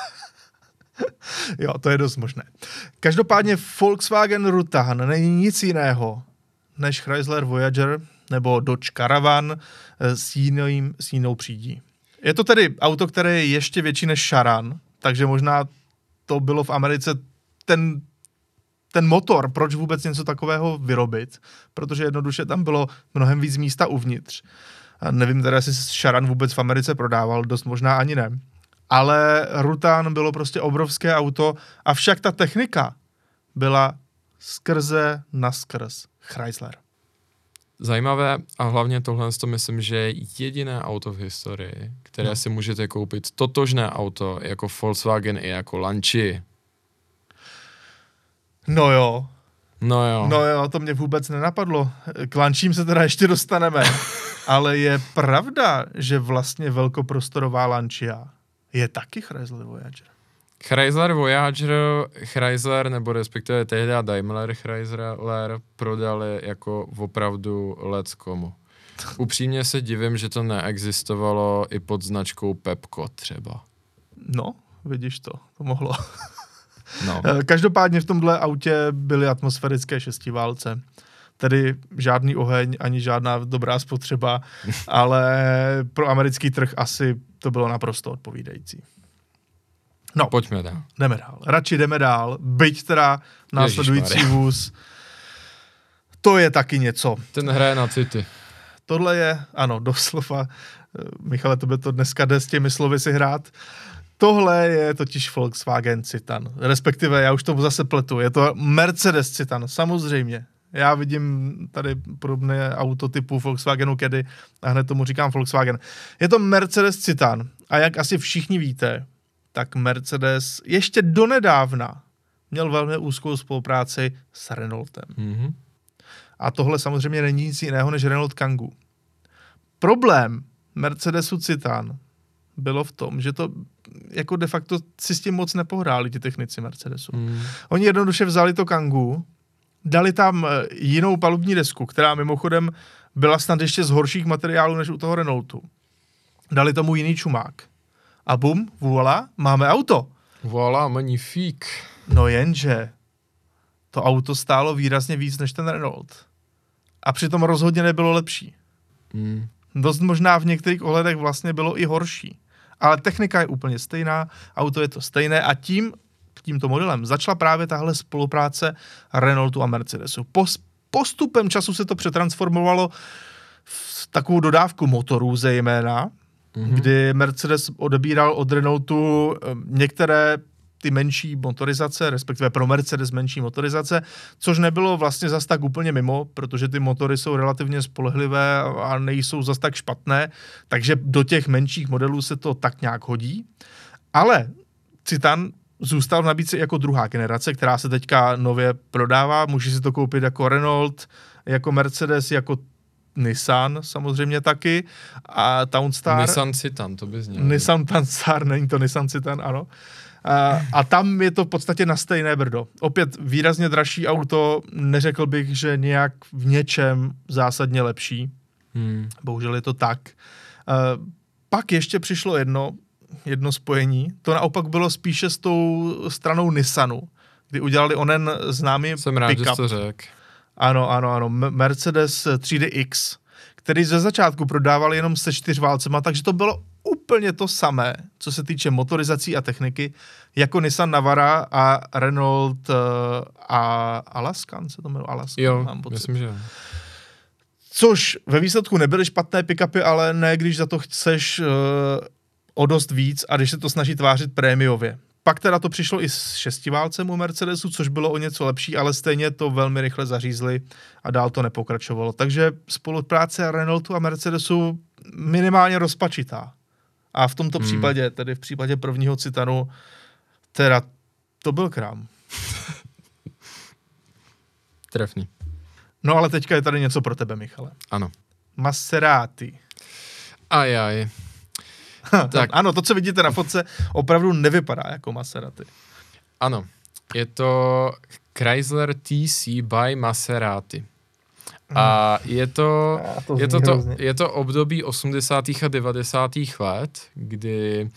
Jo, to je dost možné. Každopádně Volkswagen Rutan není nic jiného než Chrysler Voyager nebo Dodge Caravan s, jiným, s jinou přídí. Je to tedy auto, které je ještě větší než Charan, takže možná to bylo v Americe ten, ten motor, proč vůbec něco takového vyrobit, protože jednoduše tam bylo mnohem víc místa uvnitř. A nevím teda, jestli Charan vůbec v Americe prodával, dost možná ani ne. Ale Rutan bylo prostě obrovské auto, avšak ta technika byla skrze naskrz Chrysler. Zajímavé a hlavně tohle to myslím, že je jediné auto v historii, které no. si můžete koupit totožné auto jako Volkswagen i jako Lancia. No jo. No jo. No jo, to mě vůbec nenapadlo. K Lanciím se teda ještě dostaneme. Ale je pravda, že vlastně velkoprostorová Lancia je taky Chrysler Voyager. Chrysler Voyager, Chrysler, nebo respektive tehdy Daimler Chrysler prodali jako opravdu leckomu. Upřímně se divím, že to neexistovalo i pod značkou Pepco třeba. No, vidíš to, to mohlo. No. Každopádně v tomhle autě byly atmosférické šestiválce. Tedy žádný oheň, ani žádná dobrá spotřeba, ale pro americký trh asi to bylo naprosto odpovídající. No, pojďme dál. Jdeme dál. Radši jdeme dál, byť teda následující vůz. To je taky něco. Ten hraje na city. Tohle je, ano, doslova, Michale, tobě to dneska jde s těmi slovy si hrát. Tohle je totiž Volkswagen Citan. Respektive, já už to zase pletu, je to Mercedes Citan, samozřejmě. Já vidím tady podobné auto typu Volkswagenu Caddy a hned tomu říkám Volkswagen. Je to Mercedes Citan a jak asi všichni víte, tak Mercedes ještě donedávna měl velmi úzkou spolupráci s Renaultem. Mm-hmm. A tohle samozřejmě není nic jiného než Renault Kangoo. Problém Mercedesu Citan bylo v tom, že to jako de facto si s tím moc nepohráli ti technici Mercedesu. Mm. Oni jednoduše vzali to Kangoo, dali tam jinou palubní desku, která mimochodem byla snad ještě z horších materiálů než u toho Renaultu. Dali tomu jiný čumák. A bum, voilà, máme auto. Voilà, magnifique. No jenže, to auto stálo výrazně víc než ten Renault. A přitom rozhodně nebylo lepší. Mm. Dost možná v některých ohledech vlastně bylo i horší. Ale technika je úplně stejná, auto je to stejné a tím, tímto modelem začala právě tahle spolupráce Renaultu a Mercedesu. Pos, postupem času se to přetransformovalo v takovou dodávku motorů zejména, mm-hmm. kdy Mercedes odebíral od Renaultu některé ty menší motorizace, respektive pro Mercedes menší motorizace, což nebylo vlastně zas tak úplně mimo, protože ty motory jsou relativně spolehlivé a nejsou zas tak špatné, takže do těch menších modelů se to tak nějak hodí. Ale Citan zůstal v nabídce jako druhá generace, která se teďka nově prodává. Může si to koupit jako Renault, jako Mercedes, jako Nissan samozřejmě taky a Townstar. Nissan Citan, to by znělo. Nissan Townstar, není to Nissan Citan, ano. A, a tam je to v podstatě na stejné brdo. Opět výrazně dražší auto, neřekl bych, že nějak v něčem zásadně lepší. Hmm. Bohužel je to tak. Uh, pak ještě přišlo jedno, jedno spojení. To naopak bylo spíše s tou stranou Nissanu, kdy udělali onen známý pick-up. Jsem rád, že jsi to řekl. Ano, ano, ano. Mercedes tři D X, který ze začátku prodávali jenom se čtyřválcema, takže to bylo úplně to samé, co se týče motorizací a techniky, jako Nissan Navara a Renault uh, a Alaskan, se to jmenuje Alaskan, jo, mám pocit. Myslím, že Což ve výsledku nebyly špatné pick-upy, ale ne, když za to chceš uh, o dost víc a když se to snaží tvářit prémiově. Pak teda to přišlo i s šestiválcem u Mercedesu, což bylo o něco lepší, ale stejně to velmi rychle zařízli a dál to nepokračovalo. Takže spolupráce Renaultu a Mercedesu minimálně rozpačitá. A v tomto hmm. případě, tedy v případě prvního Citanu, teda to byl krám. Trefný. No ale teďka je tady něco pro tebe, Michale. Ano. Maserati. Ajaj. Tak. Ano, to, co vidíte na fotce, opravdu nevypadá jako Maserati. Ano, je to Chrysler T C by Maserati. A je to, to je, to to, je to období osmdesátých a devadesátých let, kdy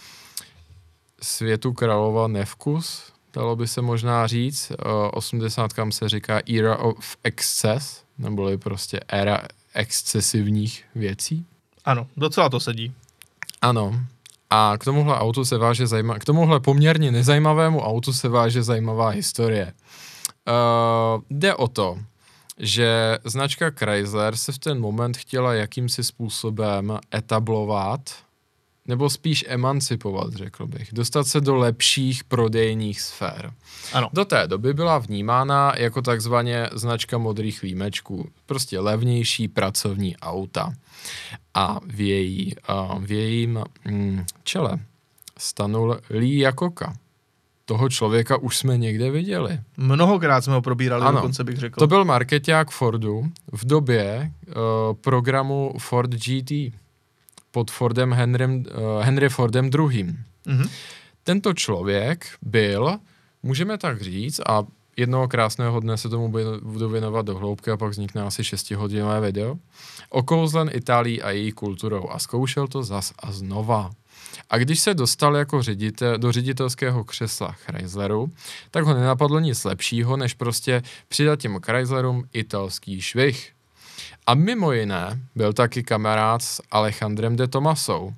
světu královal nevkus, dalo by se možná říct. osmdesátkám se říká era of excess, neboli prostě éra excesivních věcí. Ano, docela to sedí. Ano. A k tomuhle autu se váže zajímavá, k tomuhle poměrně nezajímavému autu se váže zajímavá historie. Uh, jde o to, že značka Chrysler se v ten moment chtěla jakýmsi způsobem etablovat, nebo spíš emancipovat, řekl bych. Dostat se do lepších prodejních sfér. Ano. Do té doby byla vnímána jako takzvaně značka modrých límečků. Prostě levnější pracovní auta. A v, její, a v jejím mm, čele stanul Lee Iacocca. Toho člověka už jsme někde viděli. Mnohokrát jsme ho probírali, ano, dokonce bych řekl. To byl markeťák Fordu v době uh, programu Ford G T pod Fordem Henrym, uh, Henry Fordem druhým. Mm-hmm. Tento člověk byl, můžeme tak říct, a jednoho krásného dne se tomu budu věnovat do hloubky a pak vznikne asi šestihodinové video, okouzlen Itálií a její kulturou a zkoušel to zas a znova. A když se dostal jako ředitel, do ředitelského křesla Chrysleru, tak ho nenapadlo nic lepšího, než prostě přidat těm Chryslerům italský švih. A mimo jiné byl taky kamarád s Alejandrem de Tomasou,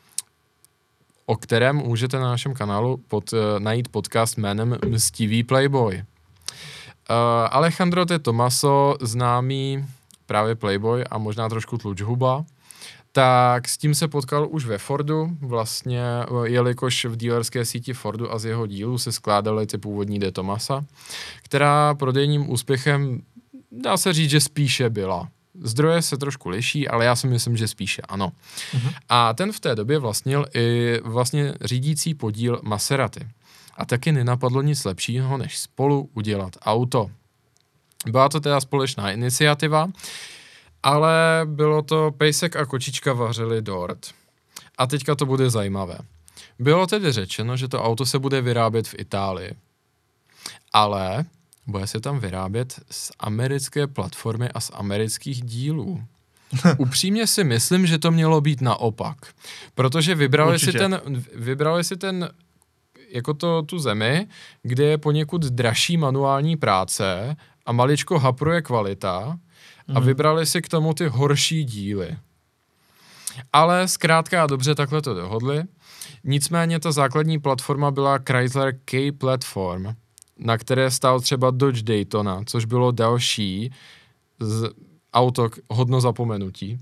o kterém můžete na našem kanálu pod, uh, najít podcast jménem Mstivý Playboy. Uh, Alejandro de Tomaso, známý právě Playboy a možná trošku tlučhuba, tak s tím se potkal už ve Fordu, vlastně, jelikož v dílerské síti Fordu a z jeho dílů se skládaly ty původní de Tomasa, která prodejním úspěchem, dá se říct, že spíše byla. Zdroje se trošku liší, ale já si myslím, že spíše ano. Mhm. A ten v té době vlastnil i vlastně řídící podíl Maserati. A taky nenapadlo nic lepšího, než spolu udělat auto. Byla to teda společná iniciativa, ale bylo to pejsek a kočička vařili dort. A teďka to bude zajímavé. Bylo tedy řečeno, že to auto se bude vyrábět v Itálii. Ale bude se tam vyrábět z americké platformy a z amerických dílů. Upřímně si myslím, že to mělo být naopak. Protože vybrali si ten, vybrali si ten jako to, tu zemi, kde je poněkud dražší manuální práce a maličko hapruje kvalita, a vybrali si k tomu ty horší díly. Ale zkrátka a dobře takhle to dohodli. Nicméně ta základní platforma byla Chrysler K-Platform, na které stál třeba Dodge Daytona, což bylo další z auto hodno zapomenutí.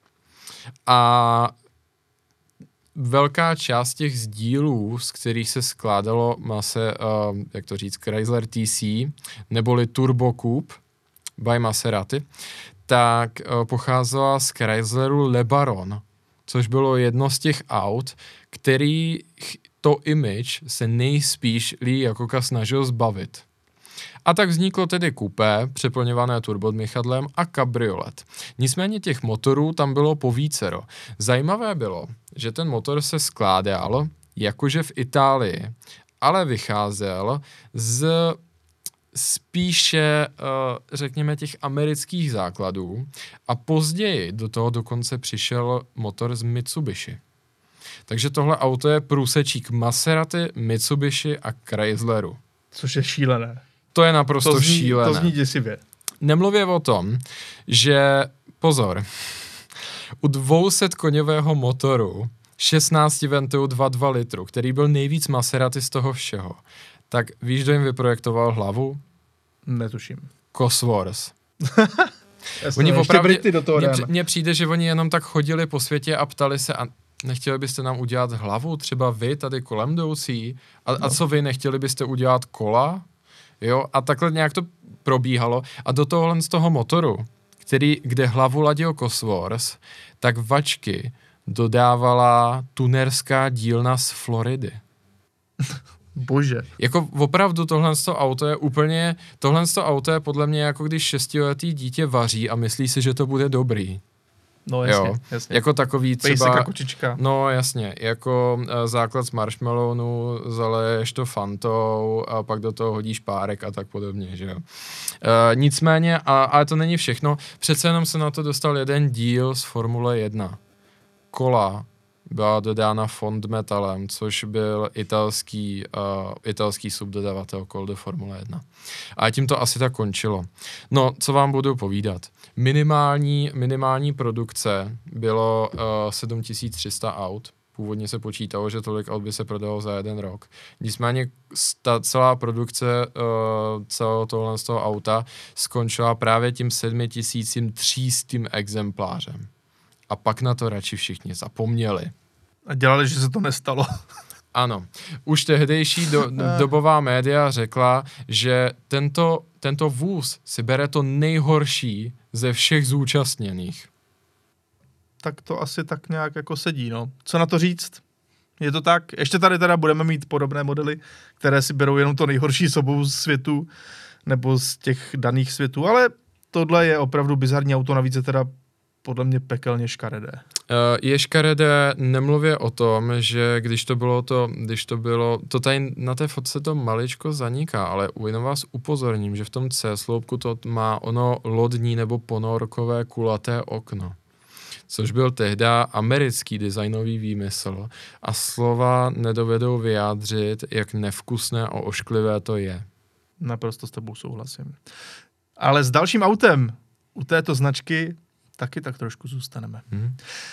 A velká část těch dílů, z kterých se skládalo mase, uh, jak to říct, Chrysler T C, neboli Turbo Coupe, by Maserati, tak uh, pocházela z Chrysleru Le Baron, což bylo jedno z těch aut, který to image se nejspíš Lee Iacocca snažil zbavit. A tak vzniklo tedy kupé, přeplňované turbodmychadlem a kabriolet. Nicméně těch motorů tam bylo povícero. Zajímavé bylo, že ten motor se skládal jakože v Itálii, ale vycházel z spíše, řekněme, těch amerických základů a později do toho dokonce přišel motor z Mitsubishi. Takže tohle auto je průsečík Maserati, Mitsubishi a Chrysleru. Což je šílené. To je naprosto to zní, šílené. To zní děsivě. Nemluvě o tom, že, pozor, u dvě stě koňového motoru šestnáct ventilů dva celá dva litru, který byl nejvíc Maserati z toho všeho, tak víš, kdo jim vyprojektoval hlavu? Netuším. Cosworth. Jasně, oni opravdu, do toho mně, mně přijde, že oni jenom tak chodili po světě a ptali se, a Nechtěli byste nám udělat hlavu, třeba vy tady kolem jdoucí? A, No. a co vy, nechtěli byste udělat kola? Jo, a takhle nějak to probíhalo. A do tohohle z toho motoru, který, kde hlavu ladil Cosworth, tak vačky dodávala tunerská dílna z Floridy. Bože. Jako opravdu tohle z toho auto je úplně, tohle z toho auto je podle mě jako když šestiletý dítě vaří a myslí si, že to bude dobrý. No jasně, Jo, jasně. jako takový třeba... Pejsek a kočička. No jasně, jako uh, základ z marshmallownu, zaleješ to fantou a pak do toho hodíš párek a tak podobně, že jo. Uh, nicméně, a, ale to není všechno, přece jenom se na to dostal jeden díl z Formule jedna. Kola byla dodána Fond Metalem, což byl italský, uh, italský subdodavatel kol do Formule jedna. A tím to asi tak končilo. No, co vám budu povídat. Minimální, minimální produkce bylo uh, sedm tisíc tři sta aut. Původně se počítalo, že tolik aut by se prodalo za jeden rok. Nicméně ta celá produkce uh, celého tohle z toho auta skončila právě tím sedm tisíc tři sta exemplářem. A pak na to radši všichni zapomněli. A dělali, že se to nestalo. Ano. Už tehdejší do, dobová média řekla, že tento, tento vůz si bere to nejhorší ze všech zúčastněných. Tak to asi tak nějak jako sedí, no. Co na to říct? Je to tak? Ještě tady teda budeme mít podobné modely, které si berou jenom to nejhorší z obou světů, nebo z těch daných světů, ale tohle je opravdu bizarní auto, navíc je teda podle mě pekelně škaredé. Je škaredé, nemluvě o tom, že když to bylo to, když to bylo, to tady na té fotce to maličko zaniká, ale jenom vás upozorním, že v tom C-sloupku to má ono lodní nebo ponorkové kulaté okno, což byl tehda americký designový výmysl a slova nedovedou vyjádřit, jak nevkusné a ošklivé to je. Naprosto s tebou souhlasím. Ale s dalším autem u této značky taky tak trošku zůstaneme. Hmm.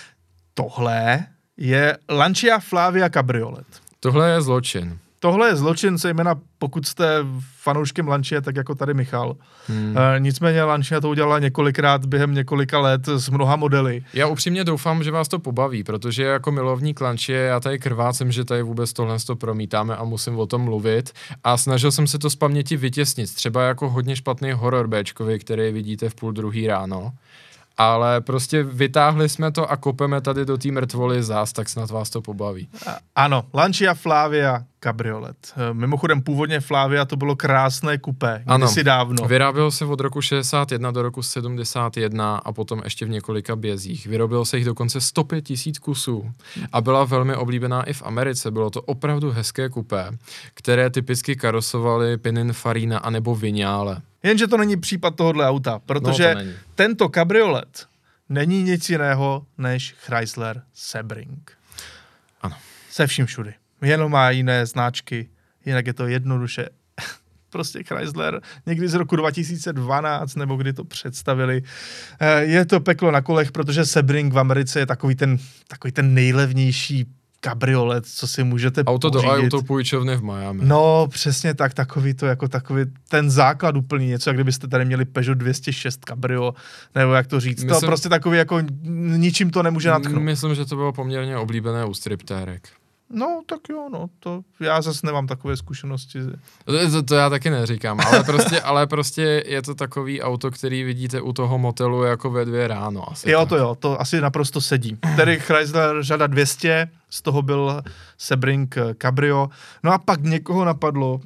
Tohle je Lancia Flavia Cabriolet. Tohle je zločin. Tohle je zločin, zejména pokud jste fanouškem Lancia, tak jako tady Michal. Hmm. E, nicméně Lancia to udělala několikrát během několika let s mnoha modely. Já upřímně doufám, že vás to pobaví, protože jako milovník Lancia já tady krvácem, že tady vůbec tohle to promítáme a musím o tom mluvit. A snažil jsem se to z paměti vytěsnit. Třeba jako hodně špatný horor Bčkový, který vidíte v půl druhý ráno. Ale prostě vytáhli jsme to a kopeme tady do té mrtvoly zás, tak snad vás to pobaví. A, ano, Lancia Flavia Cabriolet. Mimochodem původně Flavia to bylo krásné kupé, kdysi dávno. Vyrábělo se od roku šedesát jedna do roku sedmdesát jedna a potom ještě v několika bězích. Vyrobilo se jich dokonce sto pět tisíc kusů a byla velmi oblíbená i v Americe. Bylo to opravdu hezké kupé, které typicky karosovaly Pininfarina anebo Vignale. Jenže to není případ tohohle auta, protože no, tento kabriolet není nic jiného než Chrysler Sebring. Ano. Se vším všudy. Jenom má jiné značky, jinak je to jednoduše. Prostě Chrysler někdy z roku dva tisíce dvanáct, nebo kdy to představili. Je to peklo na kolech, protože Sebring v Americe je takový ten, takový ten nejlevnější kabriolet, co si můžete auto pořídit. Auto do autopůjčovny v Miami. No, přesně tak, takový to, jako takový ten základ úplný, něco, jak kdybyste tady měli Peugeot dvě stě šest Cabrio, nebo jak to říct, myslím, to prostě takový, jako ničím to nemůže natchnout. Myslím, že to bylo poměrně oblíbené u striptérek. No, tak jo, no, to já zase nemám takové zkušenosti. To, to já taky neříkám, ale prostě, ale prostě je to takový auto, který vidíte u toho motelu jako ve dvě ráno. Asi jo, tak. to jo, to asi naprosto sedí. Tedy Chrysler řada dvě stě, z toho byl Sebring Cabrio, no a pak někoho napadlo,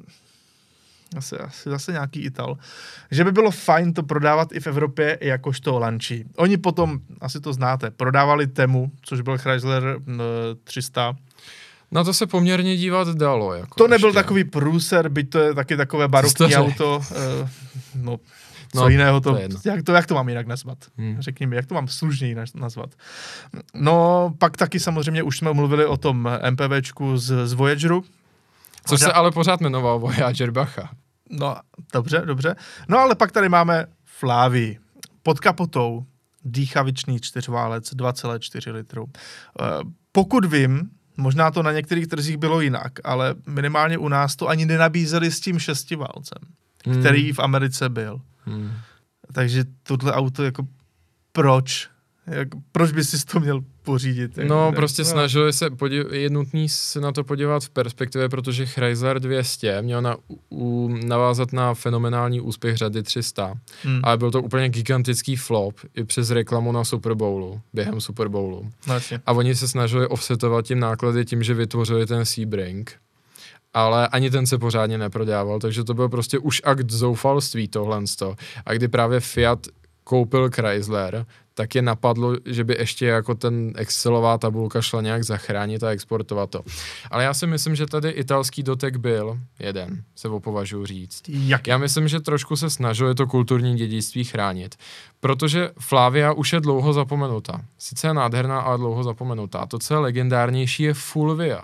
asi, asi zase nějaký Ital, že by bylo fajn to prodávat i v Evropě jakožto Lancia. Oni potom, asi to znáte, prodávali Temu, což byl Chrysler tři sta. Na to se poměrně dívat dalo. Jako to nebyl ještě. takový průser, byť to je taky takové barokní auto. Uh, no, co no, jiného to, to, jak to, jak to mám jinak nazvat? Hmm. Řekni mi, jak to mám slušněji nazvat? No, pak taky samozřejmě už jsme mluvili o tom MPVčku z, z Voyageru. Což pořád... se ale pořád jmenoval Voyager, bacha. No, dobře, dobře. No, ale pak tady máme Flavii. Pod kapotou dýchavičný čtyřválec dva celé čtyři litru. Uh, pokud vím, možná to na některých trzích bylo jinak, ale minimálně u nás to ani nenabízeli s tím šestiválcem, hmm. který v Americe byl. Hmm. Takže tohle auto jako proč? Jak, proč by si to měl pořídit? Jak, No, jak, prostě no. snažili se, podív, je nutný se na to podívat v perspektivě, protože Chrysler dvě stě měl na, u, navázat na fenomenální úspěch řady tři sta, hmm. ale byl to úplně gigantický flop i přes reklamu na Super Bowlu, během Super Bowlu. No, a oni se snažili offsetovat tím náklady tím, že vytvořili ten Sebring, ale ani ten se pořádně neprodával, takže to byl prostě už akt zoufalství tohle. A kdy právě Fiat koupil Chrysler, tak je napadlo, že by ještě jako ten Excelová tabulka šla nějak zachránit a exportovat to. Ale já si myslím, že tady italský dotek byl jeden, se opovažuji říct. Jak? Já myslím, že trošku se snažili to kulturní dědictví chránit, protože Flavia už je dlouho zapomenutá. Sice je nádherná, ale dlouho zapomenutá. To, co je legendárnější, je Fulvia.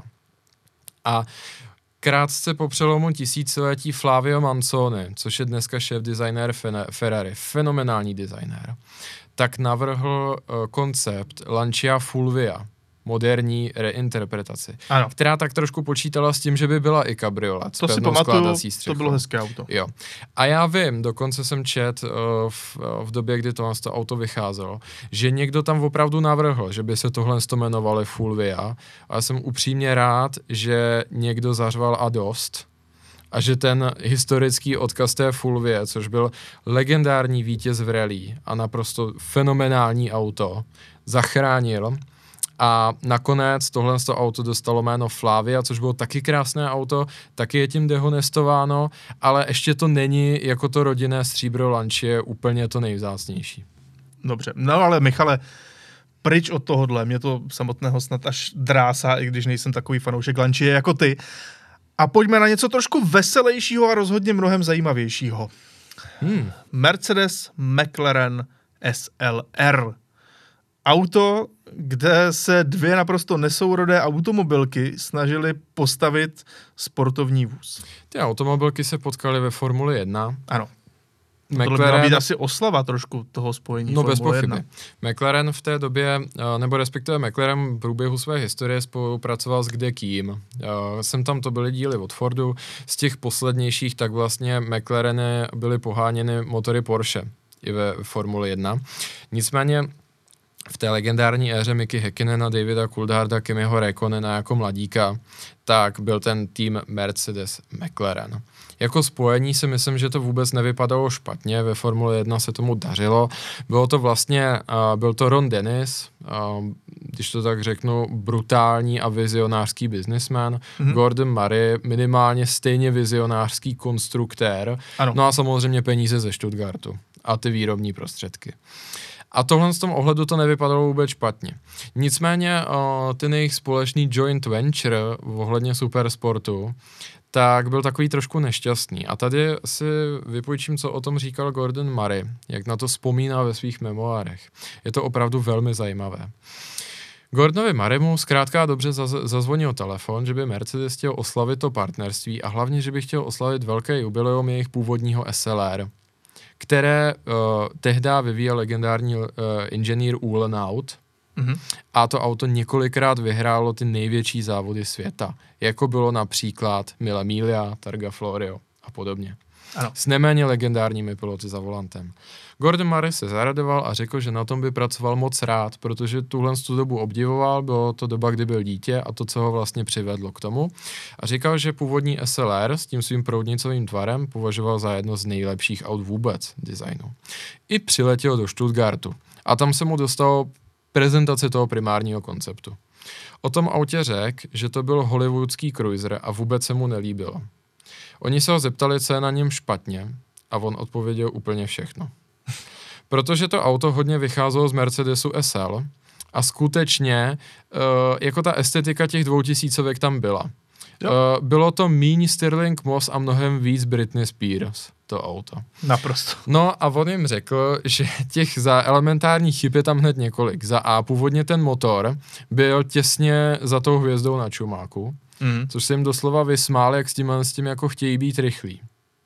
A krátce po přelomu tisíciletí Flavio Manzoni, což je dneska šéf-designér Ferrari, fenomenální designér, tak navrhl uh, koncept Lancia Fulvia, moderní reinterpretaci, ano. která tak trošku počítala s tím, že by byla i kabriolet. To si pamatuju, to bylo hezké auto. Jo. A já vím, dokonce jsem čet uh, v, v době, kdy to, to auto vycházelo, že někdo tam opravdu navrhl, že by se tohle jmenovali Fulvia, a já jsem upřímně rád, že někdo zařval a dost, a že ten historický odkaz té Fulvie, což byl legendární vítěz v rally a naprosto fenomenální auto, zachránil. A nakonec tohle auto dostalo jméno Flavia, což bylo taky krásné auto, taky je tím dehonestováno, ale ještě to není jako to rodinné stříbro Lancia úplně to nejvzácnější. Dobře, no ale Michale, pryč od tohohle, mě to samotného snad až drásá, i když nejsem takový fanoušek Lancia jako ty. A pojďme na něco trošku veselějšího a rozhodně mnohem zajímavějšího. Hmm. Mercedes McLaren S L R. Auto, kde se dvě naprosto nesourodé automobilky snažily postavit sportovní vůz. Ty automobilky se potkaly ve Formuli jedna. Ano. McLaren... To měla být asi oslava trošku toho spojení no, Formule bez jedna. McLaren v té době, nebo respektive McLaren v průběhu své historie spolupracoval s kde kým. Sem tam to byly díly od Fordu. Z těch poslednějších tak vlastně McLareny byly poháněny motory Porsche i ve Formuli jedna. Nicméně v té legendární éře Micky Häkkinena, Davida Coultharda, Kimiho Räikkönena jako mladíka, tak byl ten tým Mercedes McLaren. Jako spojení si myslím, že to vůbec nevypadalo špatně, ve Formule jedna se tomu dařilo. Bylo to vlastně, uh, byl to Ron Dennis, uh, když to tak řeknu, brutální a vizionářský businessman, mm-hmm. Gordon Murray, minimálně stejně vizionářský konstruktér, ano. No a samozřejmě peníze ze Stuttgartu a ty výrobní prostředky. A tohle z tom ohledu to nevypadalo vůbec špatně. Nicméně uh, ten jejich společný joint venture ohledně supersportu, tak byl takový trošku nešťastný. A tady si vypůjčím, co o tom říkal Gordon Murray, jak na to vzpomíná ve svých memoárech. Je to opravdu velmi zajímavé. Gordonovi Murraymu zkrátka dobře zaz- zazvonil telefon, že by Mercedes chtěl oslavit to partnerství a hlavně, že by chtěl oslavit velké jubileum jejich původního S L R, které uh, tehdy vyvíjel legendární uh, inženýr Uhlenhaut, mm-hmm. a to auto několikrát vyhrálo ty největší závody světa, jako bylo například Mille Miglia, Targa Florio a podobně. Ano. S neméně legendárními piloty za volantem. Gordon Murray se zaradoval a řekl, že na tom by pracoval moc rád, protože tuhle tu dobu obdivoval, bylo to doba, kdy byl dítě a to, co ho vlastně přivedlo k tomu. A říkal, že původní S L R s tím svým proudnicovým tvarem považoval za jedno z nejlepších aut vůbec designu. I přiletěl do Stuttgartu a tam se mu dostalo prezentace toho primárního konceptu. O tom autě řekl, že to byl hollywoodský cruiser a vůbec se mu nelíbilo. Oni se ho zeptali, co je na něm špatně, a on odpověděl úplně všechno. Protože to auto hodně vycházelo z Mercedesu S L a skutečně uh, jako ta estetika těch dvoutisícovek tam byla. Uh, bylo to míň Stirling Moss a mnohem víc Britney Spears, to auto. Naprosto. No a on jim řekl, že těch za elementárních chyb je tam hned několik. Za A původně ten motor byl těsně za tou hvězdou na čumáku, mm. což se jim doslova vysmál, jak s tím, s tím jako chtějí být rychlí.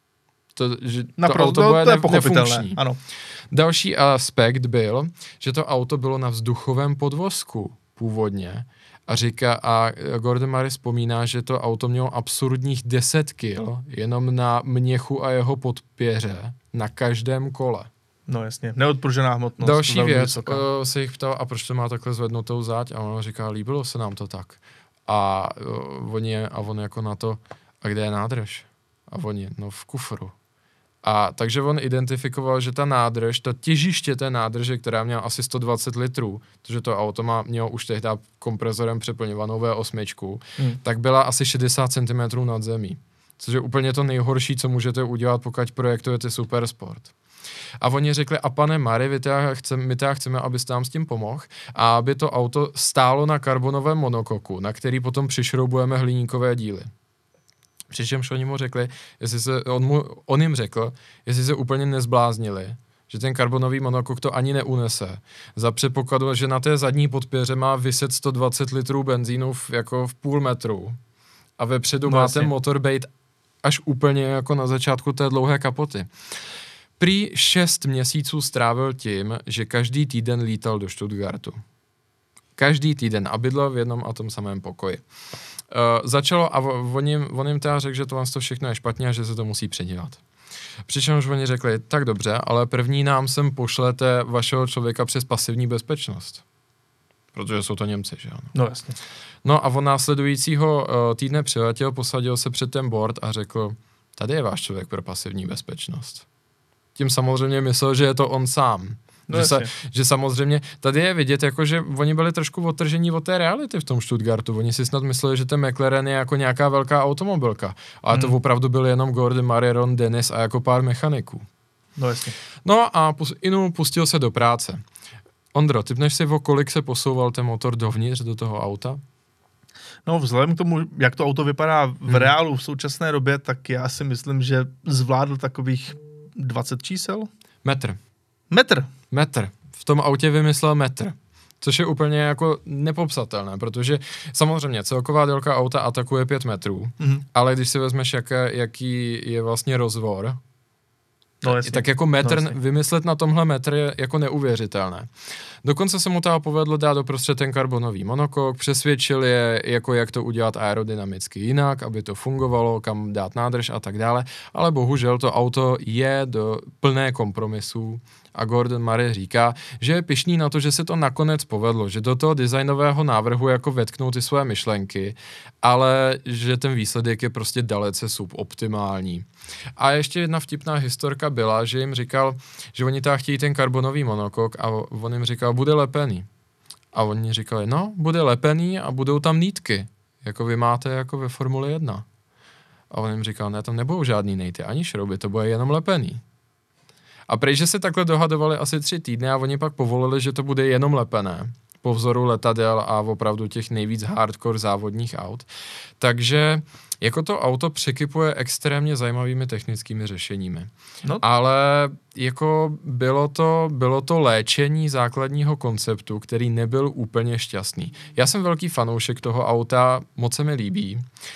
To, že Naprosto, to auto bude to je ne- pochopitelné, nefunkční. Ano. Další aspekt byl, že to auto bylo na vzduchovém podvozku původně a říká, a Gordon Murray vzpomíná, že to auto mělo absurdních deset kil jenom na měchu a jeho podpěře na každém kole. No jasně, neodpružená hmotnost. Další věc, uh, se jich ptal, a proč to má takhle zvednutou záď? A on říká, líbilo se nám to tak. A uh, oni, a on jako na to, a kde je nádrž? A oni, no v kufru. A takže on identifikoval, že ta nádrž, to těžiště té nádrže, která měla asi sto dvacet litrů, protože to auto má, mělo už tehdy kompresorem přeplňovanou V osm, hmm. tak byla asi šedesát centimetrů nad zemí. Což je úplně to nejhorší, co můžete udělat, pokud projektujete Supersport. A oni řekli, a pane Mary, vy teda chcem, my teda chceme, abyste nám s tím pomohl a aby to auto stálo na karbonovém monokoku, na který potom přišroubujeme hliníkové díly. Přičemž oni mu řekli, jestli se, on, mu, on jim řekl, jestli se úplně nezbláznili, že ten karbonový monokok to ani neunese. Za předpokladu, že na té zadní podpěře má vyset sto dvacet litrů benzínu v, jako v půl metru a vepředu no má ten motor bejt až úplně jako na začátku té dlouhé kapoty. Prý šest měsíců strávil tím, že každý týden lítal do Stuttgartu. Každý týden a bydlel v jednom a tom samém pokoji. Uh, začalo a on jim, on jim teda řekl, že to to všechno je špatně a že se to musí předělat. Přičemž oni řekli, tak dobře, ale první nám sem pošlete vašeho člověka přes pasivní bezpečnost. Protože jsou to Němci, že ano? No jasně. No a on následujícího uh, týdne přiletěl, posadil se před ten board a řekl, tady je váš člověk pro pasivní bezpečnost. Tím samozřejmě myslel, že je to on sám. No že, sa, že samozřejmě tady je vidět, jako, že oni byli trošku odtržení od té reality v tom Stuttgartu. Oni si snad mysleli, že ten McLaren je jako nějaká velká automobilka. Ale hmm. to opravdu byl jenom Gordon, Murray, Ron Dennis a jako pár mechaniků. No jasně. No a pus, Inu pustil se do práce. Ondro, typneš si, o kolik se posouval ten motor dovnitř do toho auta? No vzhledem k tomu, jak to auto vypadá v hmm. reálu v současné době, tak já si myslím, že zvládl takových dvacet čísel. Metr. Metr. Metr. V tom autě vymyslel metr. Což je úplně jako nepopsatelné, protože samozřejmě celková délka auta atakuje pět metrů, mm-hmm. ale když si vezmeš, jaké, jaký je vlastně rozvor, no jasně. tak jako metr, no vymyslet na tomhle metr je jako neuvěřitelné. Dokonce se mu toho povedlo dát doprostřed ten karbonový monokok, přesvědčil je, jako jak to udělat aerodynamicky jinak, aby to fungovalo, kam dát nádrž a tak dále, ale bohužel to auto je do plné kompromisů a Gordon Murray říká, že je pyšný na to, že se to nakonec povedlo, že do toho designového návrhu jako vetknou ty své myšlenky, ale že ten výsledek je prostě dalece suboptimální. A ještě jedna vtipná historka byla, že jim říkal, že oni tam chtějí ten karbonový monokok a on jim říkal, bude lepený. A oni říkali, no, bude lepený a budou tam nítky, jako vy máte jako ve Formuli jedna. A on jim říkal, ne, tam nebudou žádný nejty, ani šrouby, to bude jenom lepený. A prej, že se takhle dohadovali asi tři týdny a oni pak povolili, že to bude jenom lepené, po vzoru letadel a opravdu těch nejvíc hardcore závodních aut. Takže jako to auto překypuje extrémně zajímavými technickými řešeními. No. Ale jako bylo to, bylo to léčení základního konceptu, který nebyl úplně šťastný. Já jsem velký fanoušek toho auta, moc se mi líbí,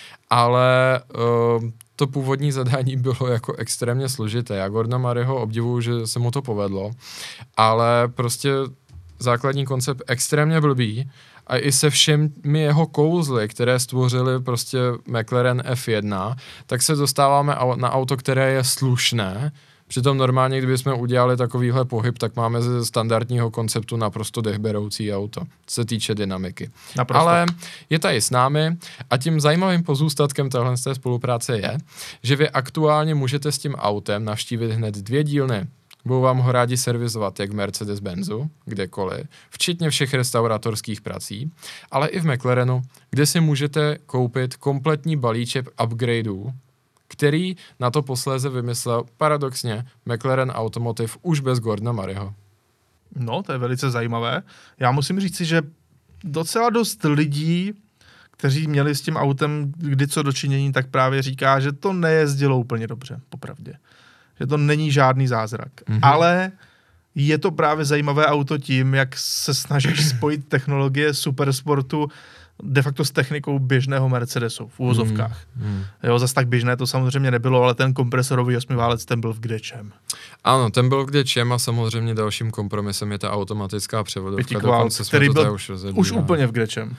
ale uh, to původní zadání bylo jako extrémně složité. Já Gordona Murrayho obdivuju, že se mu to povedlo, ale prostě základní koncept extrémně blbý a i se všemi jeho kouzly, které stvořili prostě McLaren F jedna, tak se dostáváme na auto, které je slušné. Přitom normálně, kdybychom udělali takovýhle pohyb, tak máme ze standardního konceptu naprosto dechberoucí auto, co se týče dynamiky. Naprosto. Ale je tady s námi a tím zajímavým pozůstatkem téhle spolupráce je, že vy aktuálně můžete s tím autem navštívit hned dvě dílny. Budou vám ho rádi servisovat jak v Mercedes-Benzu, kdekoliv, včetně všech restauratorských prací, ale i v McLarenu, kde si můžete koupit kompletní balíček upgradeů, který na to posléze vymyslel paradoxně McLaren Automotive už bez Gordona Murrayho. No, to je velice zajímavé. Já musím říci, že docela dost lidí, kteří měli s tím autem kdy co dočinění, tak právě říká, že to nejezdilo úplně dobře, popravdě. Že to není žádný zázrak. Mm-hmm. Ale je to právě zajímavé auto tím, jak se snažíš spojit technologie supersportu de facto s technikou běžného Mercedesu v úvozovkách. Mm, mm. Jo, zas tak běžné to samozřejmě nebylo, ale ten kompresorový osmiválec, ten byl v kdečem. Ano, ten byl v kdečem a samozřejmě dalším kompromisem je ta automatická převodovka. Pětikvál, který byl už, už úplně v kdečem.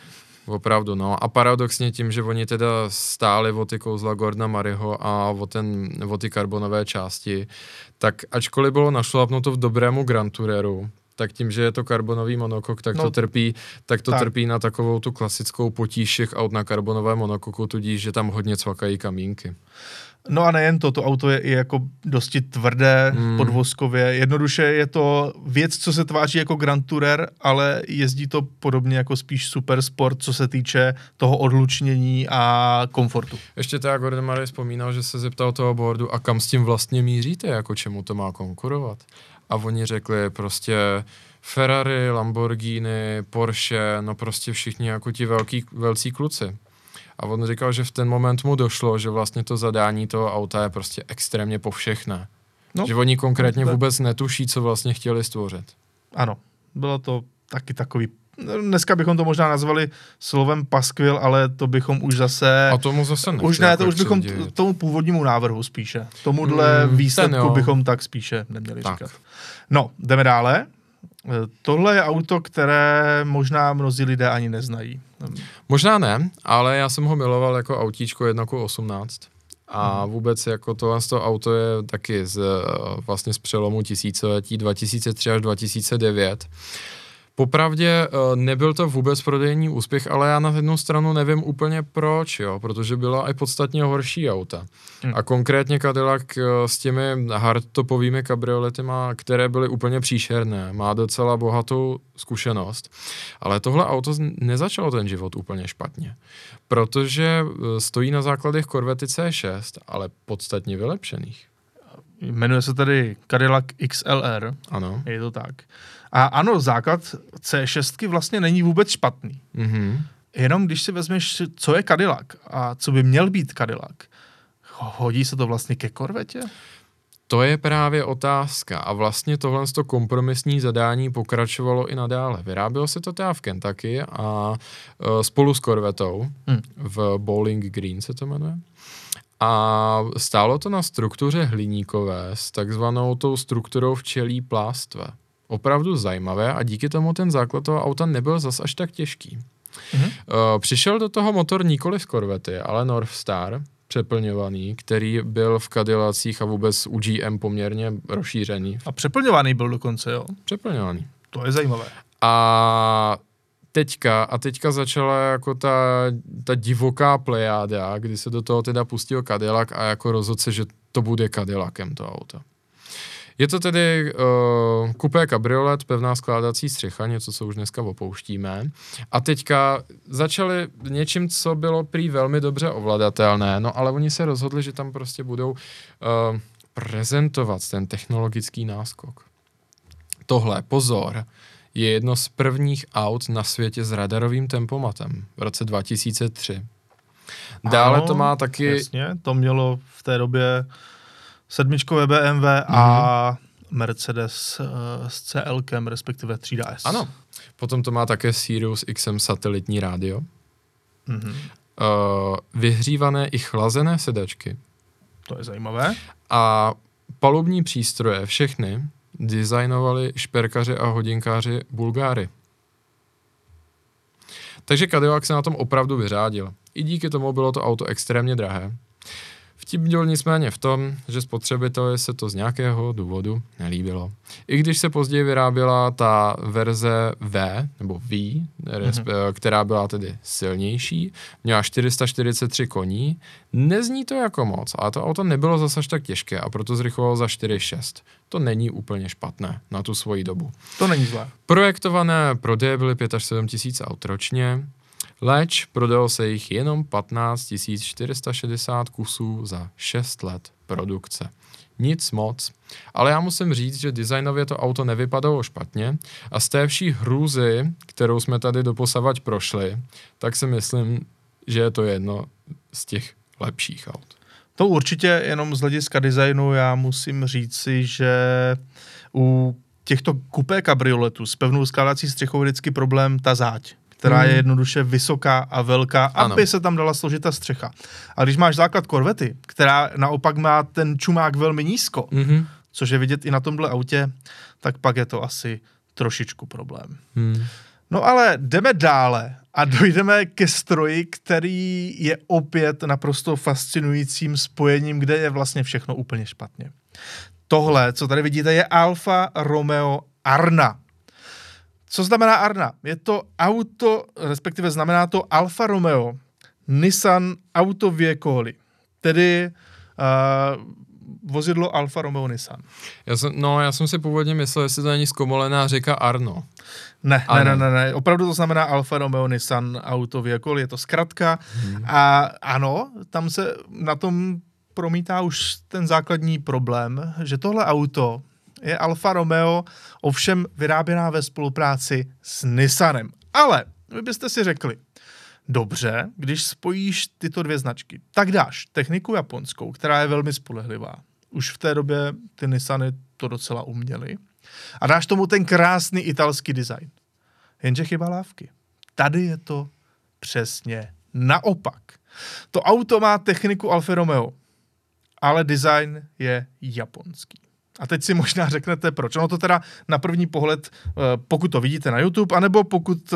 Opravdu, no. A paradoxně tím, že oni teda stáli o ty kouzla Gordona Murrayho a o, ten, o ty karbonové části, tak ačkoliv bylo našlapnuto v dobrému Grand Toureru, tak tím, že je to karbonový monokok, tak no, to trpí, tak to tak. trpí na takovou tu klasickou potíž všech aut na karbonové monokoku, tudíž, že tam hodně cvakají kamínky. No a nejen to, to auto je i jako dosti tvrdé, hmm. podvozkově. Jednoduše je to věc, co se tváří jako Grand Tourer, ale jezdí to podobně jako spíš super sport, co se týče toho odlučnění a komfortu. Ještě tak Gordon Murray vzpomínal, že se zeptal toho boardu, a kam s tím vlastně míříte, jako čemu to má konkurovat. A oni řekli prostě Ferrari, Lamborghini, Porsche, no prostě všichni jako ti velký, velcí kluci. A on říkal, že v ten moment mu došlo, že vlastně to zadání toho auta je prostě extrémně povšechné. No, že oni konkrétně vůbec netuší, co vlastně chtěli stvořit. Ano, bylo to taky takový, dneska bychom to možná nazvali slovem paskvil, ale to bychom už zase... A tomu zase nechci. Už ne, to už bychom t- tomu původnímu návrhu spíše. Tomuhle mm, výsledku bychom tak spíše neměli tak. říkat. No, jdeme dále. Tohle je auto, které možná mnozí lidé ani neznají. Možná ne, ale já jsem ho miloval jako autíčko jedna ku osmnáct. A vůbec jako tohle to auto je taky z, vlastně z přelomu tisíciletí dva tisíce tři až dva tisíce devět. Popravdě nebyl to vůbec prodejní úspěch, ale já na jednu stranu nevím úplně proč, jo, protože byla i podstatně horší auta. Hmm. A konkrétně Cadillac s těmi hardtopovými kabrioletyma, které byly úplně příšerné, má docela bohatou zkušenost. Ale tohle auto nezačalo ten život úplně špatně, protože stojí na základech Corvette C šest, ale podstatně vylepšených. Jmenuje se tady Cadillac X L R. Ano. Je to tak. A ano, základ C šest vlastně není vůbec špatný. Mm-hmm. Jenom když si vezmeš, co je Cadillac a co by měl být Cadillac, hodí se to vlastně ke Corvette? To je právě otázka a vlastně tohle kompromisní zadání pokračovalo i nadále. Vyrábělo se to teda v Kentucky a uh, spolu s Corvettou hmm. v Bowling Green se to jmenuje. A stálo to na struktuře hliníkové s takzvanou tou strukturou včelí plástve. Opravdu zajímavé a díky tomu ten základ toho auta nebyl zas až tak těžký. Mm-hmm. Uh, přišel do toho motor nikoli z Corvette, ale North Star, přeplňovaný, který byl v Cadillacích a vůbec u G M poměrně rozšířený. A přeplňovaný byl dokonce, jo? Přeplňovaný. To je zajímavé. A teďka, a teďka začala jako ta, ta divoká plejáda, kdy se do toho teda pustil Cadillac a jako rozhodl se, že to bude Cadillacem to auto. Je to tedy uh, kupé kabriolet, pevná skládací střecha, něco, co už dneska opouštíme. A teďka začali něčím, co bylo prý velmi dobře ovladatelné, no ale oni se rozhodli, že tam prostě budou uh, prezentovat ten technologický náskok. Tohle, pozor, je jedno z prvních aut na světě s radarovým tempomatem v roce dva tisíce tři. Dále ano, to má taky... Jasně, to mělo v té době sedmičkové B M W mm-hmm. a Mercedes uh, s C L kem, respektive třída S. Ano, potom to má také Sirius X M satelitní rádio. Mm-hmm. Uh, vyhřívané i chlazené sedačky. To je zajímavé. A palubní přístroje, všechny, designovali šperkaři a hodinkáři Bulgáry. Takže Cadillac se na tom opravdu vyřádil. I díky tomu bylo to auto extrémně drahé. Vtip byl nicméně v tom, že spotřebiteli se to z nějakého důvodu nelíbilo. I když se později vyráběla ta verze V, nebo V, mm-hmm. která byla tedy silnější, měla čtyři sta čtyřicet tři koní, nezní to jako moc, ale to auto nebylo zase až tak těžké a proto zrychlovalo za čtyři šest. To není úplně špatné na tu svoji dobu. To není zlé. Projektované prodeje byly pět až sedm tisíc aut ročně, leč prodalo se jich jenom patnáct tisíc čtyři sta šedesát kusů za šest let produkce. Nic moc, ale já musím říct, že designově to auto nevypadalo špatně a z té vší hrůzy, kterou jsme tady doposavať prošli, tak si myslím, že je to jedno z těch lepších aut. To určitě jenom z hlediska designu já musím říci, že u těchto kupé kabrioletů s pevnou skládací střechou je vždycky problém ta záď, která hmm. je jednoduše vysoká a velká, ano. aby se tam dala složit ta střecha. A když máš základ Corvety, která naopak má ten čumák velmi nízko, mm-hmm. což je vidět i na tomhle autě, tak pak je to asi trošičku problém. Hmm. No ale jdeme dále A dojdeme ke stroji, který je opět naprosto fascinujícím spojením, kde je vlastně všechno úplně špatně. Tohle, co tady vidíte, je Alfa Romeo Arna. Co znamená Arna? Je to auto, respektive znamená to Alfa Romeo Nissan Auto Vehicle, tedy uh, vozidlo Alfa Romeo Nissan. Já jsem, no, já jsem si původně myslel, jestli to není zkomolená řeka Arno. Ne, ne, ne, ne, ne, opravdu to znamená Alfa Romeo Nissan Auto Vehicle, je to zkratka. Hmm. A ano, tam se na tom promítá už ten základní problém, že tohle auto je Alfa Romeo, ovšem vyráběná ve spolupráci s Nissanem. Ale vy byste si řekli, dobře, když spojíš tyto dvě značky, tak dáš techniku japonskou, která je velmi spolehlivá. Už v té době ty Nissany to docela uměly. A dáš tomu ten krásný italský design. Jenže chyba lávky. Tady je to přesně naopak. To auto má techniku Alfa Romeo, ale design je japonský. A teď si možná řeknete, proč. Ono to teda na první pohled, pokud to vidíte na YouTube, anebo pokud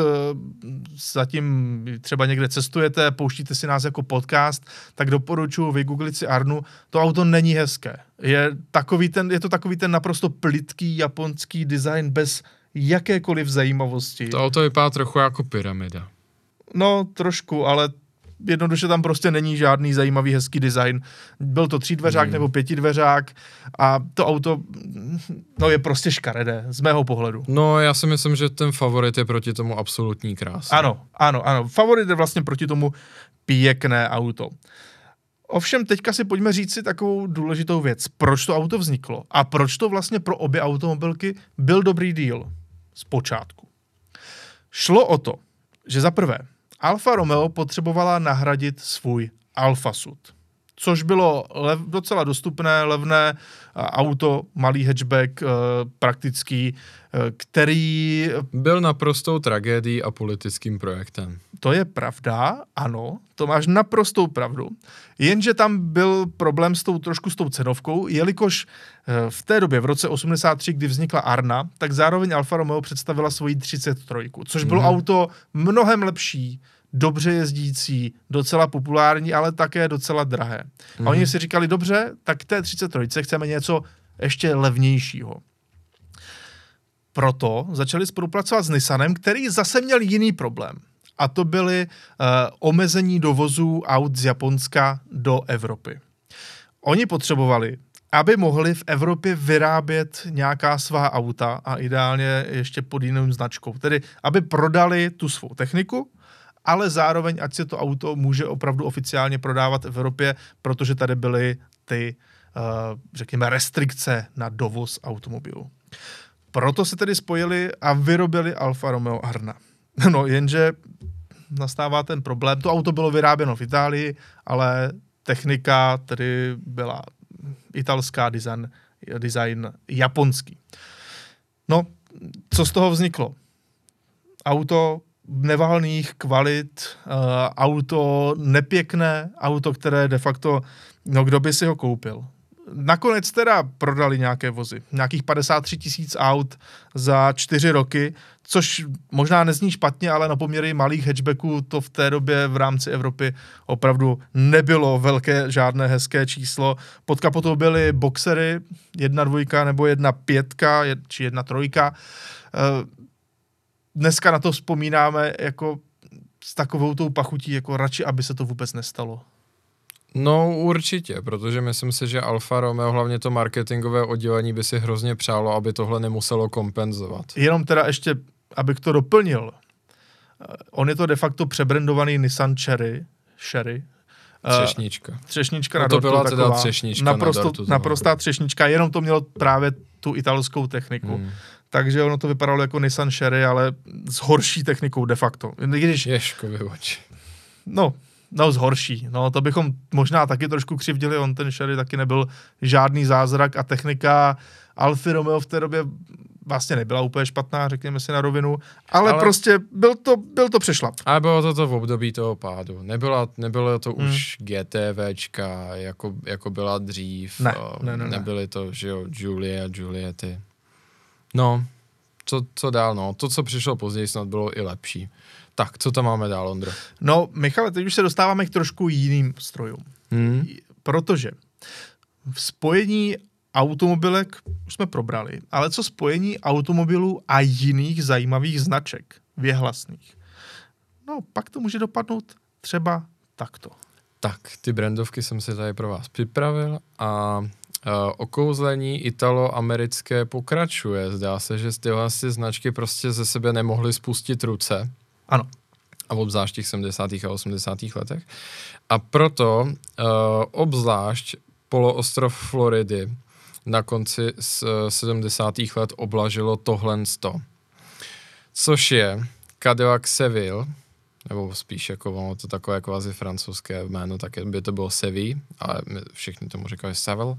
zatím třeba někde cestujete, pouštíte si nás jako podcast, tak doporučuji vygooglit si Arnu. To auto není hezké. Je, takový ten, je to takový ten naprosto plytký japonský design bez jakékoliv zajímavosti. To auto vypadá trochu jako pyramida. No, trošku, ale jednoduše tam prostě není žádný zajímavý, hezký design. Byl to třídveřák hmm. nebo pětidveřák a to auto no, je prostě škaredé, z mého pohledu. No, já si myslím, že ten favorit je proti tomu absolutní krása. Ano, ano, ano. Favorit je vlastně proti tomu pěkné auto. Ovšem, teďka si pojďme říct si takovou důležitou věc. Proč to auto vzniklo? A proč to vlastně pro obě automobilky byl dobrý deal z počátku? Šlo o to, že za prvé Alfa Romeo potřebovala nahradit svůj Alfa Sud, což bylo lev, docela dostupné, levné auto, malý hatchback, e, praktický, e, který... Byl naprostou tragédií a politickým projektem. To je pravda, ano, to máš naprostou pravdu. Jenže tam byl problém s tou, trošku s tou cenovkou, jelikož e, v té době, v roce osmdesát tři, kdy vznikla Arna, tak zároveň Alfa Romeo představila svoji třicet tři, což bylo mm. auto mnohem lepší, dobře jezdící, docela populární, ale také docela drahé. Mm. A oni si říkali, dobře, tak té třicet tři chceme něco ještě levnějšího. Proto začali spolupracovat s Nissanem, který zase měl jiný problém. A to byly uh, omezení dovozů aut z Japonska do Evropy. Oni potřebovali, aby mohli v Evropě vyrábět nějaká svá auta a ideálně ještě pod jinou značkou. Tedy, aby prodali tu svou techniku, ale zároveň, ať se to auto může opravdu oficiálně prodávat v Evropě, protože tady byly ty, uh, řekněme, restrikce na dovoz automobilů. Proto se tedy spojili a vyrobili Alfa Romeo Arna. No jenže nastává ten problém. To auto bylo vyráběno v Itálii, ale technika tedy byla italská, design, design japonský. No, co z toho vzniklo? Auto nevalných kvalit, uh, auto nepěkné, auto, které de facto, no kdo by si ho koupil. Nakonec teda prodali nějaké vozy, nějakých padesát tři tisíc aut za čtyři roky, což možná nezní špatně, ale na poměry malých hatchbacků to v té době v rámci Evropy opravdu nebylo velké, žádné hezké číslo. Pod kapotou byly boxery, jedna dvojka nebo jedna pětka, či jedna trojka. Dneska na to vzpomínáme jako s takovou tou pachutí, jako radši, aby se to vůbec nestalo. No určitě, protože myslím si, že Alfa Romeo, hlavně to marketingové oddělení, by si hrozně přálo, aby tohle nemuselo kompenzovat. Jenom teda ještě, abych to doplnil, on je to de facto přebrandovaný Nissan Cherry, Sherry. Třešnička. Třešnička no na to dortu, byla taková. teda třešnička naprosto, na dortu. Naprostá třešnička, jenom to mělo právě tu italskou techniku. Hmm. Takže ono to vypadalo jako Nissan Sherry, ale s horší technikou de facto. Když... Ježkovi oči. No, no, zhorší. No, to bychom možná taky trošku křivdili, on ten Sherry taky nebyl žádný zázrak a technika Alfa Romeo v té době vlastně nebyla úplně špatná, řekněme si na rovinu, ale, ale prostě byl to, byl to přešlap. Ale bylo to to v období toho pádu. Nebyla, nebylo to hmm. už GTVčka, jako, jako byla dřív. Ne, ne, ne, nebyly to, že jo, Julie a Juliety. No, co, co dál, no. To, co přišlo později, snad bylo i lepší. Tak, co tam máme dál, Ondro? No, Michale, teď už se dostáváme k trošku jiným strojům. Hmm. Protože v spojení automobilek už jsme probrali, ale co spojení automobilů a jiných zajímavých značek, věhlasných? No, pak to může dopadnout třeba takto. Tak, ty brandovky jsem si tady pro vás připravil a uh, okouzlení italo-americké pokračuje. Zdá se, že tyhle značky prostě ze sebe nemohly spustit ruce. Ano. A obzvlášť těch sedmdesátých a osmdesátých letech. A proto uh, obzvlášť poloostrov Floridy na konci z sedmdesátých let oblažilo tohle sto. Což je Cadillac Seville, nebo spíš jako ono to takové kvazi francouzské jméno, tak by to bylo Seville, ale všichni tomu říkají Seville.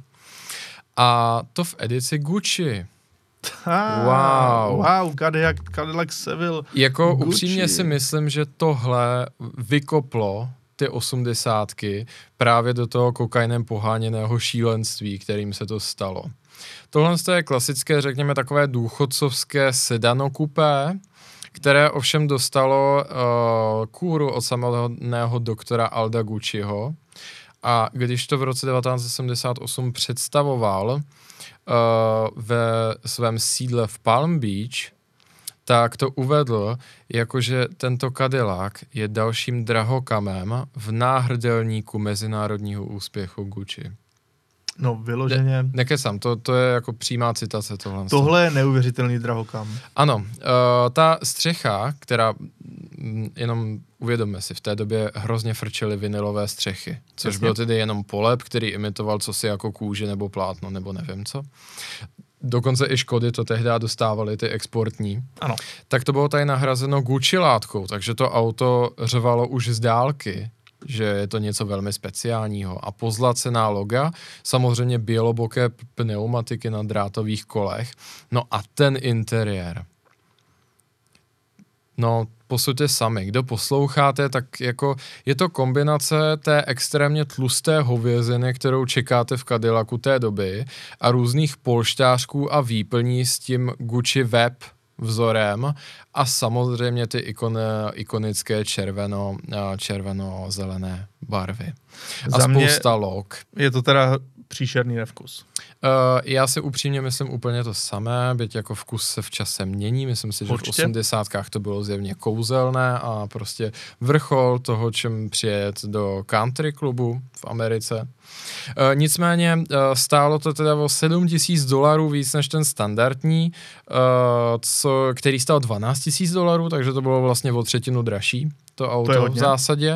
A to v edici Gucci. Ah, wow. Wow, Cadillac, Cadillac Seville. Jako Gucci. Upřímně si myslím, že tohle vykoplo ty osmdesátky právě do toho kokainem poháněného šílenství, kterým se to stalo. Tohle je klasické, řekněme, takové důchodcovské sedano kupé, které ovšem dostalo uh, kůru od samotného doktora Alda Gucciho. A když to v roce devatenáct set sedmdesát osm představoval uh, ve svém sídle v Palm Beach, tak to uvedl, jakože tento Cadillac je dalším drahokamem v náhrdelníku mezinárodního úspěchu Gucci. No, vyloženě. Ne, nekesám, to, to je jako přímá citace tohle. Tohle je neuvěřitelný drahokam. Ano, uh, ta střecha, která, m, jenom uvědomme si, v té době hrozně frčely vinylové střechy, což Jasně. byl tedy jenom polep, který imitoval cosi jako kůži nebo plátno, nebo nevím co. Dokonce i Škody to tehdy dostávaly, ty exportní. Ano. Tak to bylo tady nahrazeno Gucci látkou, takže to auto řvalo už z dálky, že je to něco velmi speciálního. A pozlacená loga, samozřejmě běloboké pneumatiky na drátových kolech. No a ten interiér. No, posuďte sami. Kdo posloucháte, tak jako je to kombinace té extrémně tlusté hověziny, kterou čekáte v Cadillacu té doby a různých polštářků a výplní s tím Gucci web vzorem a samozřejmě ty ikon, ikonické červeno, červeno-zelené barvy. A Za spousta log. Je to teda příšerný nevkus. Uh, já si upřímně myslím úplně to samé, byť jako vkus se v čase mění, myslím si, že Určitě. v osmdesátkách to bylo zjevně kouzelné a prostě vrchol toho, čem přijet do country klubu v Americe. Uh, nicméně uh, stálo to teda o sedm tisíc dolarů víc než ten standardní, uh, co, který stál dvanáct tisíc dolarů, takže to bylo vlastně o třetinu dražší, to auto to v zásadě.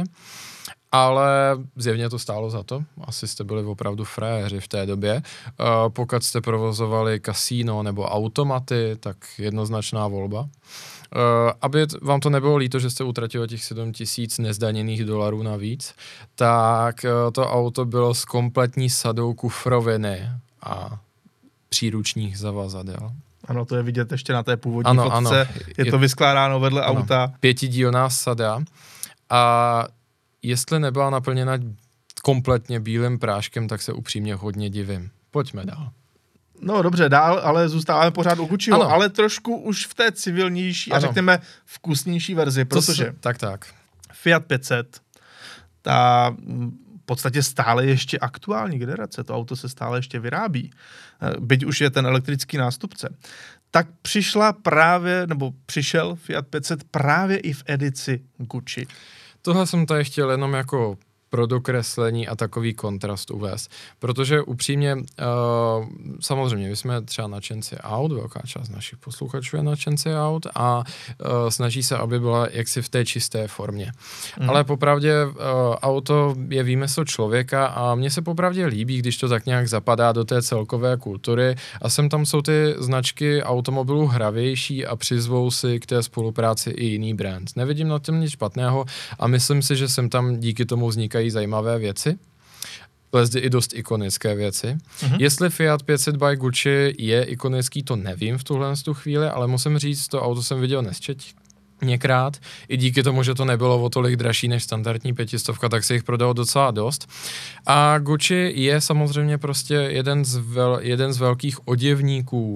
Ale zjevně to stálo za to. Asi jste byli opravdu frajeři v té době. Uh, pokud jste provozovali kasíno nebo automaty, tak jednoznačná volba. Uh, aby vám to nebylo líto, že jste utratili těch sedm tisíc nezdaněných dolarů navíc, tak uh, to auto bylo s kompletní sadou kufroviny a příručních zavazadel. Ano, to je vidět ještě na té původní ano, fotce. Ano. Je, je to vyskládáno vedle ano. auta. Pětidílná sada. A jestli nebyla naplněna kompletně bílým práškem, tak se upřímně hodně divím. Pojďme dál. No dobře, dál, ale zůstáváme pořád u Gucciho, ano. ale trošku už v té civilnější ano. a řekněme vkusnější verzi, protože s... tak, tak. Fiat pět set, ta v podstatě stále ještě aktuální generace, to auto se stále ještě vyrábí, byť už je ten elektrický nástupce, tak přišla právě, nebo přišel Fiat pět set právě i v edici Gucci. Tohle jsem tady chtěl jenom jako pro dokreslení a takový kontrast uvést, protože upřímně, uh, samozřejmě, my jsme třeba nadšenci aut, velká část našich posluchačů je nadšenci aut a uh, snaží se, aby byla jaksi v té čisté formě. Mm. Ale popravdě uh, auto je výmysl člověka a mně se popravdě líbí, když to tak nějak zapadá do té celkové kultury a sem tam jsou ty značky automobilů hravější a přizvou si k té spolupráci i jiný brand. Nevidím na tom nic špatného a myslím si, že sem tam díky tomu vznikají zajímavé věci. Lezdy i dost ikonické věci. Mm-hmm. Jestli Fiat pět set by Gucci je ikonický, to nevím v tuhle tu chvíli, ale musím říct, to auto jsem viděl nesčetně někrát. I díky tomu, že to nebylo o tolik dražší než standardní pětistovka, tak se jich prodalo docela dost. A Gucci je samozřejmě prostě jeden z, vel, jeden z velkých oděvníků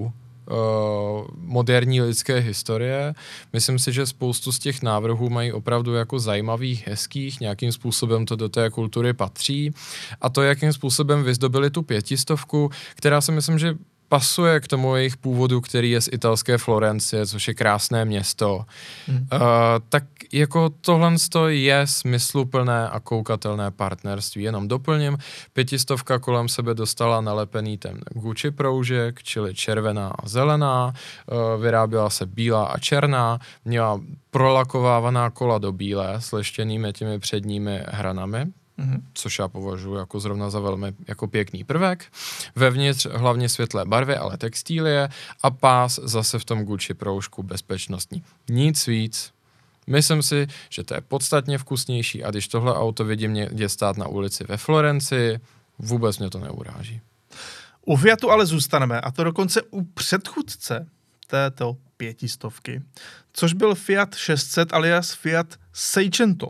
moderní lidské historie. Myslím si, že spoustu z těch návrhů mají opravdu jako zajímavých, hezkých, nějakým způsobem to do té kultury patří. A to, jakým způsobem vyzdobili tu pětistovku, která si myslím, že pasuje k tomu jejich původu, který je z italské Florencie, což je krásné město. Hmm. Uh, tak jako tohle je smysluplné a koukatelné partnerství. Jenom doplním, pětistovka kolem sebe dostala nalepený ten Gucci proužek, čili červená a zelená, uh, vyráběla se bílá a černá, měla prolakovávaná kola do bílé s leštěnými těmi předními hranami, Mm-hmm. což já považuji jako zrovna za velmi jako pěkný prvek. Vevnitř hlavně světlé barvy, ale textílie a pás zase v tom Gucci proužku bezpečnostní. Nic víc. Myslím si, že to je podstatně vkusnější a když tohle auto vidím někde stát na ulici ve Florencii, vůbec mě to neuráží. U Fiatu ale zůstaneme, a to dokonce u předchůdce této pětistovky, což byl Fiat šest set alias Fiat Seicento.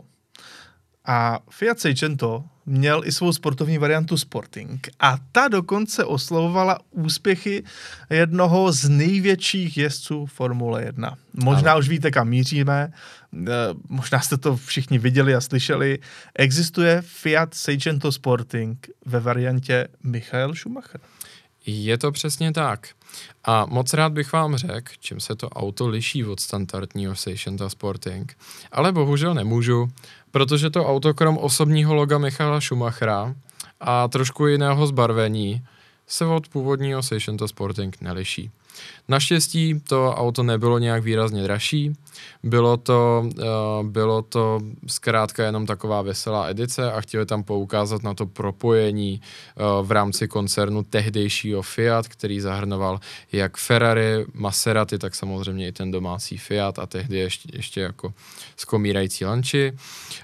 A Fiat Seicento měl i svou sportovní variantu Sporting a ta dokonce oslavovala úspěchy jednoho z největších jezdců Formule jedna. Možná Ale. už víte, kam míříme, možná jste to všichni viděli a slyšeli. Existuje Fiat Seicento Sporting ve variantě Michael Schumacher. Je to přesně tak. A moc rád bych vám řekl, čím se to auto liší od standardního Seicento Sporting. Ale bohužel nemůžu, protože to auto krom osobního loga Michaela Schumachera a trošku jiného zbarvení se od původního Seicento Sporting neliší. Naštěstí to auto nebylo nějak výrazně dražší, bylo to, uh, bylo to zkrátka jenom taková veselá edice a chtěli tam poukázat na to propojení uh, v rámci koncernu tehdejšího Fiat, který zahrnoval jak Ferrari, Maserati, tak samozřejmě i ten domácí Fiat a tehdy ještě, ještě jako skomírající Lancia.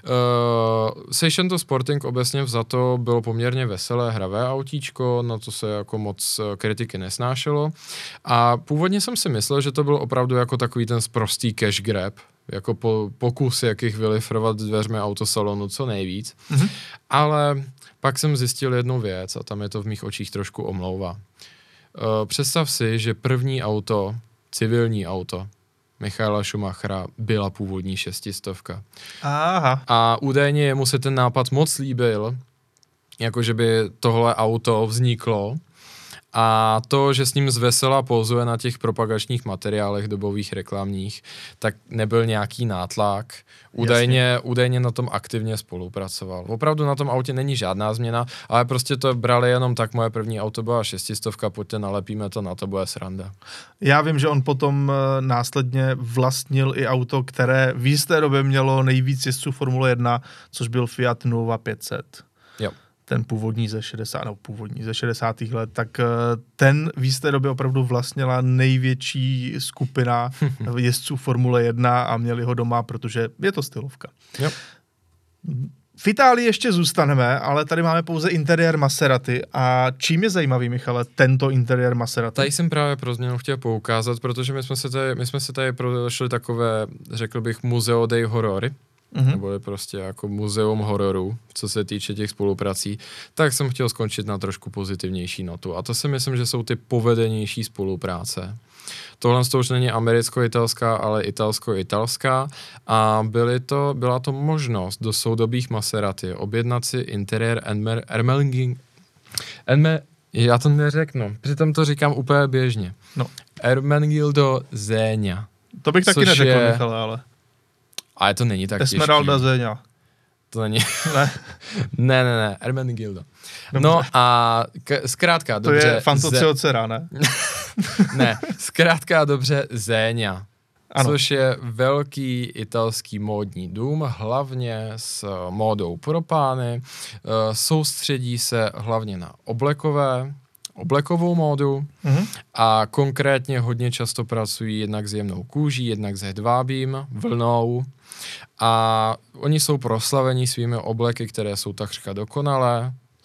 Uh, Seicento Sporting obecně vzato bylo poměrně veselé, hravé autíčko, na to se jako moc kritiky nesnášelo. A původně jsem si myslel, že to byl opravdu jako takový ten sprostý cash grab, jako po, pokus, jak jich vylifrovat dveřmi autosalonu co nejvíc. Mm-hmm. Ale pak jsem zjistil jednu věc a tam je to v mých očích trošku omlouva. Uh, představ si, že první auto, civilní auto Michaela Schumachera byla původní šestistovka. Aha. A údajně jemu se ten nápad moc líbil, jakože by tohle auto vzniklo. A to, že s ním zvesela pozuje na těch propagačních materiálech dobových reklamních, tak nebyl nějaký nátlak. Údajně, údajně na tom aktivně spolupracoval. Opravdu na tom autě není žádná změna, ale prostě to brali jenom tak, moje první auto byla šestistovka, pojďte nalepíme to, na to bude sranda. Já vím, že on potom následně vlastnil i auto, které v jisté době mělo nejvíc jezdců Formule jedna, což byl Fiat Nuova pět set. Jo. Ten původní ze šedesátých, no původní ze šedesátých let, tak ten v jisté době opravdu vlastnila největší skupina jezdců Formule jedna a měli ho doma, protože je to stylovka. Jo. V Itálii ještě zůstaneme, ale tady máme pouze interiér Maserati. A čím je zajímavý, Michale, tento interiér Maserati? Tady jsem právě pro změnu chtěl poukázat, protože my jsme se tady, my jsme se tady prošli takové, řekl bych, museo dei horrori, mm-hmm. nebo prostě jako muzeum hororu, co se týče těch spoluprací, tak jsem chtěl skončit na trošku pozitivnější notu. A to si myslím, že jsou ty povedenější spolupráce. Tohle to už není americko-italská, ale italsko-italská a byly to, byla to možnost do soudobých Maserati objednat si interiér Ermenegildo. Erme, já to neřeknu, přitom to říkám úplně běžně. No. Ermenegildo Zegna. To bych taky neřekl, je... Michale, ale... Ale to není tak těžký. Esmeralda Zegna. To není. Ne, ne, ne, ne. Ermenegildo. No a k- zkrátka dobře. To je Fantozio dcera, ne? Ne, zkrátka dobře Zegna. Ano. Což je velký italský módní dům, hlavně s módou pro pány. Soustředí se hlavně na oblekové, oblekovou módu mm-hmm. a konkrétně hodně často pracují jednak s jemnou kůží, jednak s hedvábím, vlnou. A oni jsou proslavení svými obleky, které jsou takřka dokonalé,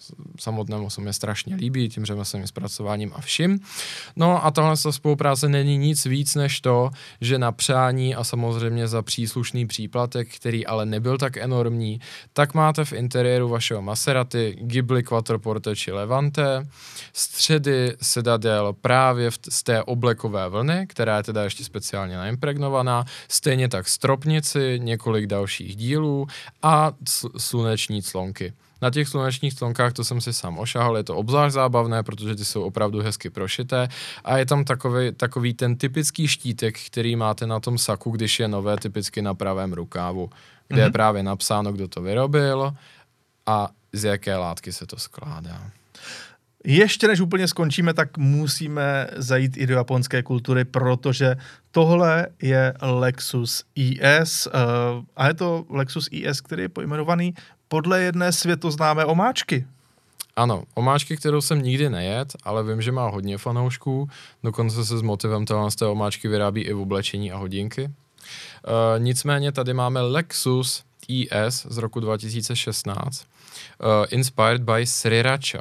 samotnému se mi strašně líbí, tím řemeslným zpracováním a vším. No a tahle spolupráce není nic víc než to, že na přání a samozřejmě za příslušný příplatek, který ale nebyl tak enormní, tak máte v interiéru vašeho Maserati Ghibli Quattroporte či Levante, středy sedadel právě v, z té oblekové vlny, která je teda ještě speciálně naimpregnovaná, stejně tak stropnici, několik dalších dílů a sluneční clonky. Na těch slunečních clonkách to jsem si sám ošahal, je to obzvlášť zábavné, protože ty jsou opravdu hezky prošité a je tam takový, takový ten typický štítek, který máte na tom saku, když je nové, typicky na pravém rukávu, kde mm-hmm. je právě napsáno, kdo to vyrobil a z jaké látky se to skládá. Ještě než úplně skončíme, tak musíme zajít i do japonské kultury, protože tohle je Lexus E S uh, a je to Lexus E S, který je pojmenovaný podle jedné světoznámé omáčky. Ano, omáčky, kterou jsem nikdy nejet, ale vím, že má hodně fanoušků, dokonce se s motivem téhle z té omáčky vyrábí i v oblečení a hodinky. Uh, nicméně tady máme Lexus E S z roku dva tisíce šestnáct, uh, inspired by Sriracha.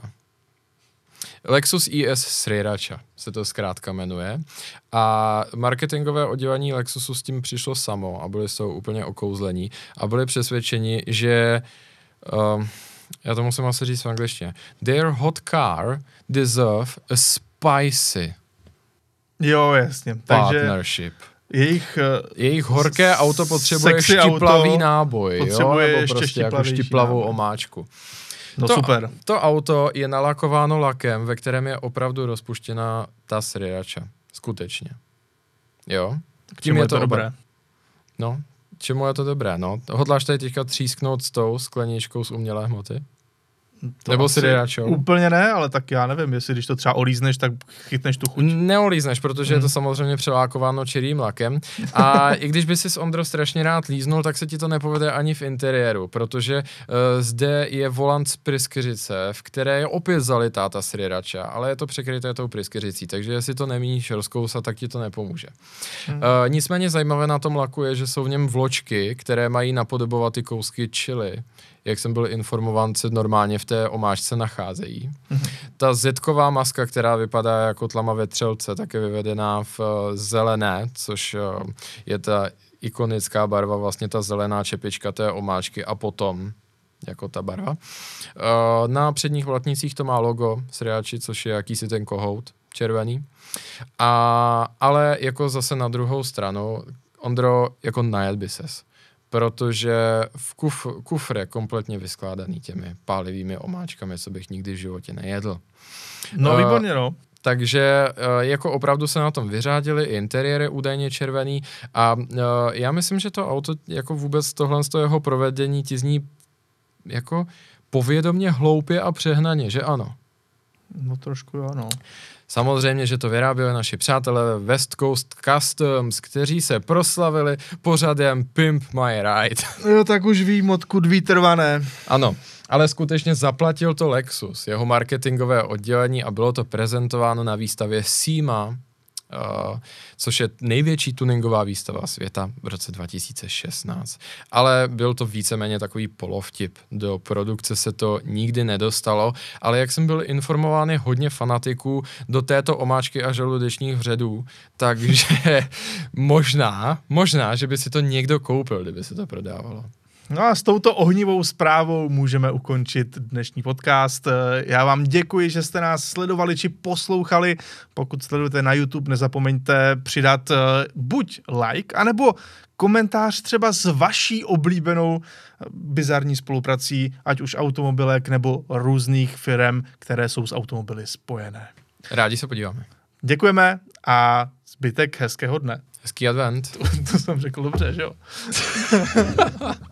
Lexus E S Sriracha se to zkrátka jmenuje a marketingové oddělení Lexusu s tím přišlo samo a byli jsou úplně okouzlení a byli přesvědčeni, že uh, já to musím asi říct v angličtině. Their hot car deserve a spicy jo, jasně. partnership. Takže jejich, jejich horké auto potřebuje štiplavý auto náboj, potřebuje jo? Nebo ještě prostě jako štiplavou náboj. Omáčku. No to, super. To auto je nalakováno lakem, ve kterém je opravdu rozpuštěná ta sriracha. Skutečně. Jo? K čemu je to dobré? No, čemu je to dobré? No, hodláš tady teďka třísknout s tou skleničkou z umělé hmoty? To nebo srirachou? Úplně ne, ale tak já nevím, jestli když to třeba olízneš, tak chytneš tu chuť. Neolízneš, protože hmm. je to samozřejmě přelákováno čirým lakem. A i když by si s Ondro strašně rád líznul, tak se ti to nepovede ani v interiéru, protože uh, zde je volant z pryskyřice, v které je opět zalitá ta sriracha, ale je to překryté tou pryskyřicí, takže jestli to nemíníš rozkousat, tak ti to nepomůže. Hmm. Uh, nicméně zajímavé na tom laku je, že jsou v něm vločky, které mají napodobovat ty kousky chili. Jak jsem byl informován, se normálně v té omáčce nacházejí. Mm-hmm. Ta zetková maska, která vypadá jako tlama vetřelce, tak je vyvedená v uh, zelené, což uh, je ta ikonická barva, vlastně ta zelená čepička té omáčky a potom jako ta barva. Uh, na předních vlastnicích to má logo Srirachi, což je jakýsi ten kohout červený. A, ale jako zase na druhou stranu, Ondro, jako najet by ses. Protože v kuf, kufr je kompletně vyskládaný těmi pálivými omáčkami, co bych nikdy v životě nejedl. No uh, výborně, no. Takže uh, jako opravdu se na tom vyřádili, i interiér je údajně červený a uh, já myslím, že to auto jako vůbec tohle z toho jeho provedení ti zní jako povědomně hloupě a přehnaně, že ano? No trošku jo, no. Samozřejmě, že to vyráběli naši přátelé West Coast Customs, kteří se proslavili pořadem Pimp My Ride. Jo, tak už vím, odkud výtrvané. Ano, ale skutečně zaplatil to Lexus, jeho marketingové oddělení a bylo to prezentováno na výstavě SEMA, Uh, což je největší tuningová výstava světa v roce dva tisíce šestnáct. Ale byl to víceméně takový polovtip. Do produkce se to nikdy nedostalo, ale jak jsem byl informován, je hodně fanatiků do této omáčky a žaludečních vředů, takže možná, možná, že by si to někdo koupil, kdyby se to prodávalo. No a s touto ohnivou zprávou můžeme ukončit dnešní podcast. Já vám děkuji, že jste nás sledovali či poslouchali. Pokud sledujete na YouTube, nezapomeňte přidat buď like, anebo komentář třeba s vaší oblíbenou bizarní spoluprací, ať už automobilek nebo různých firem, které jsou s automobily spojené. Rádi se podíváme. Děkujeme a zbytek hezkého dne. Hezký advent. To, to jsem řekl dobře, že jo?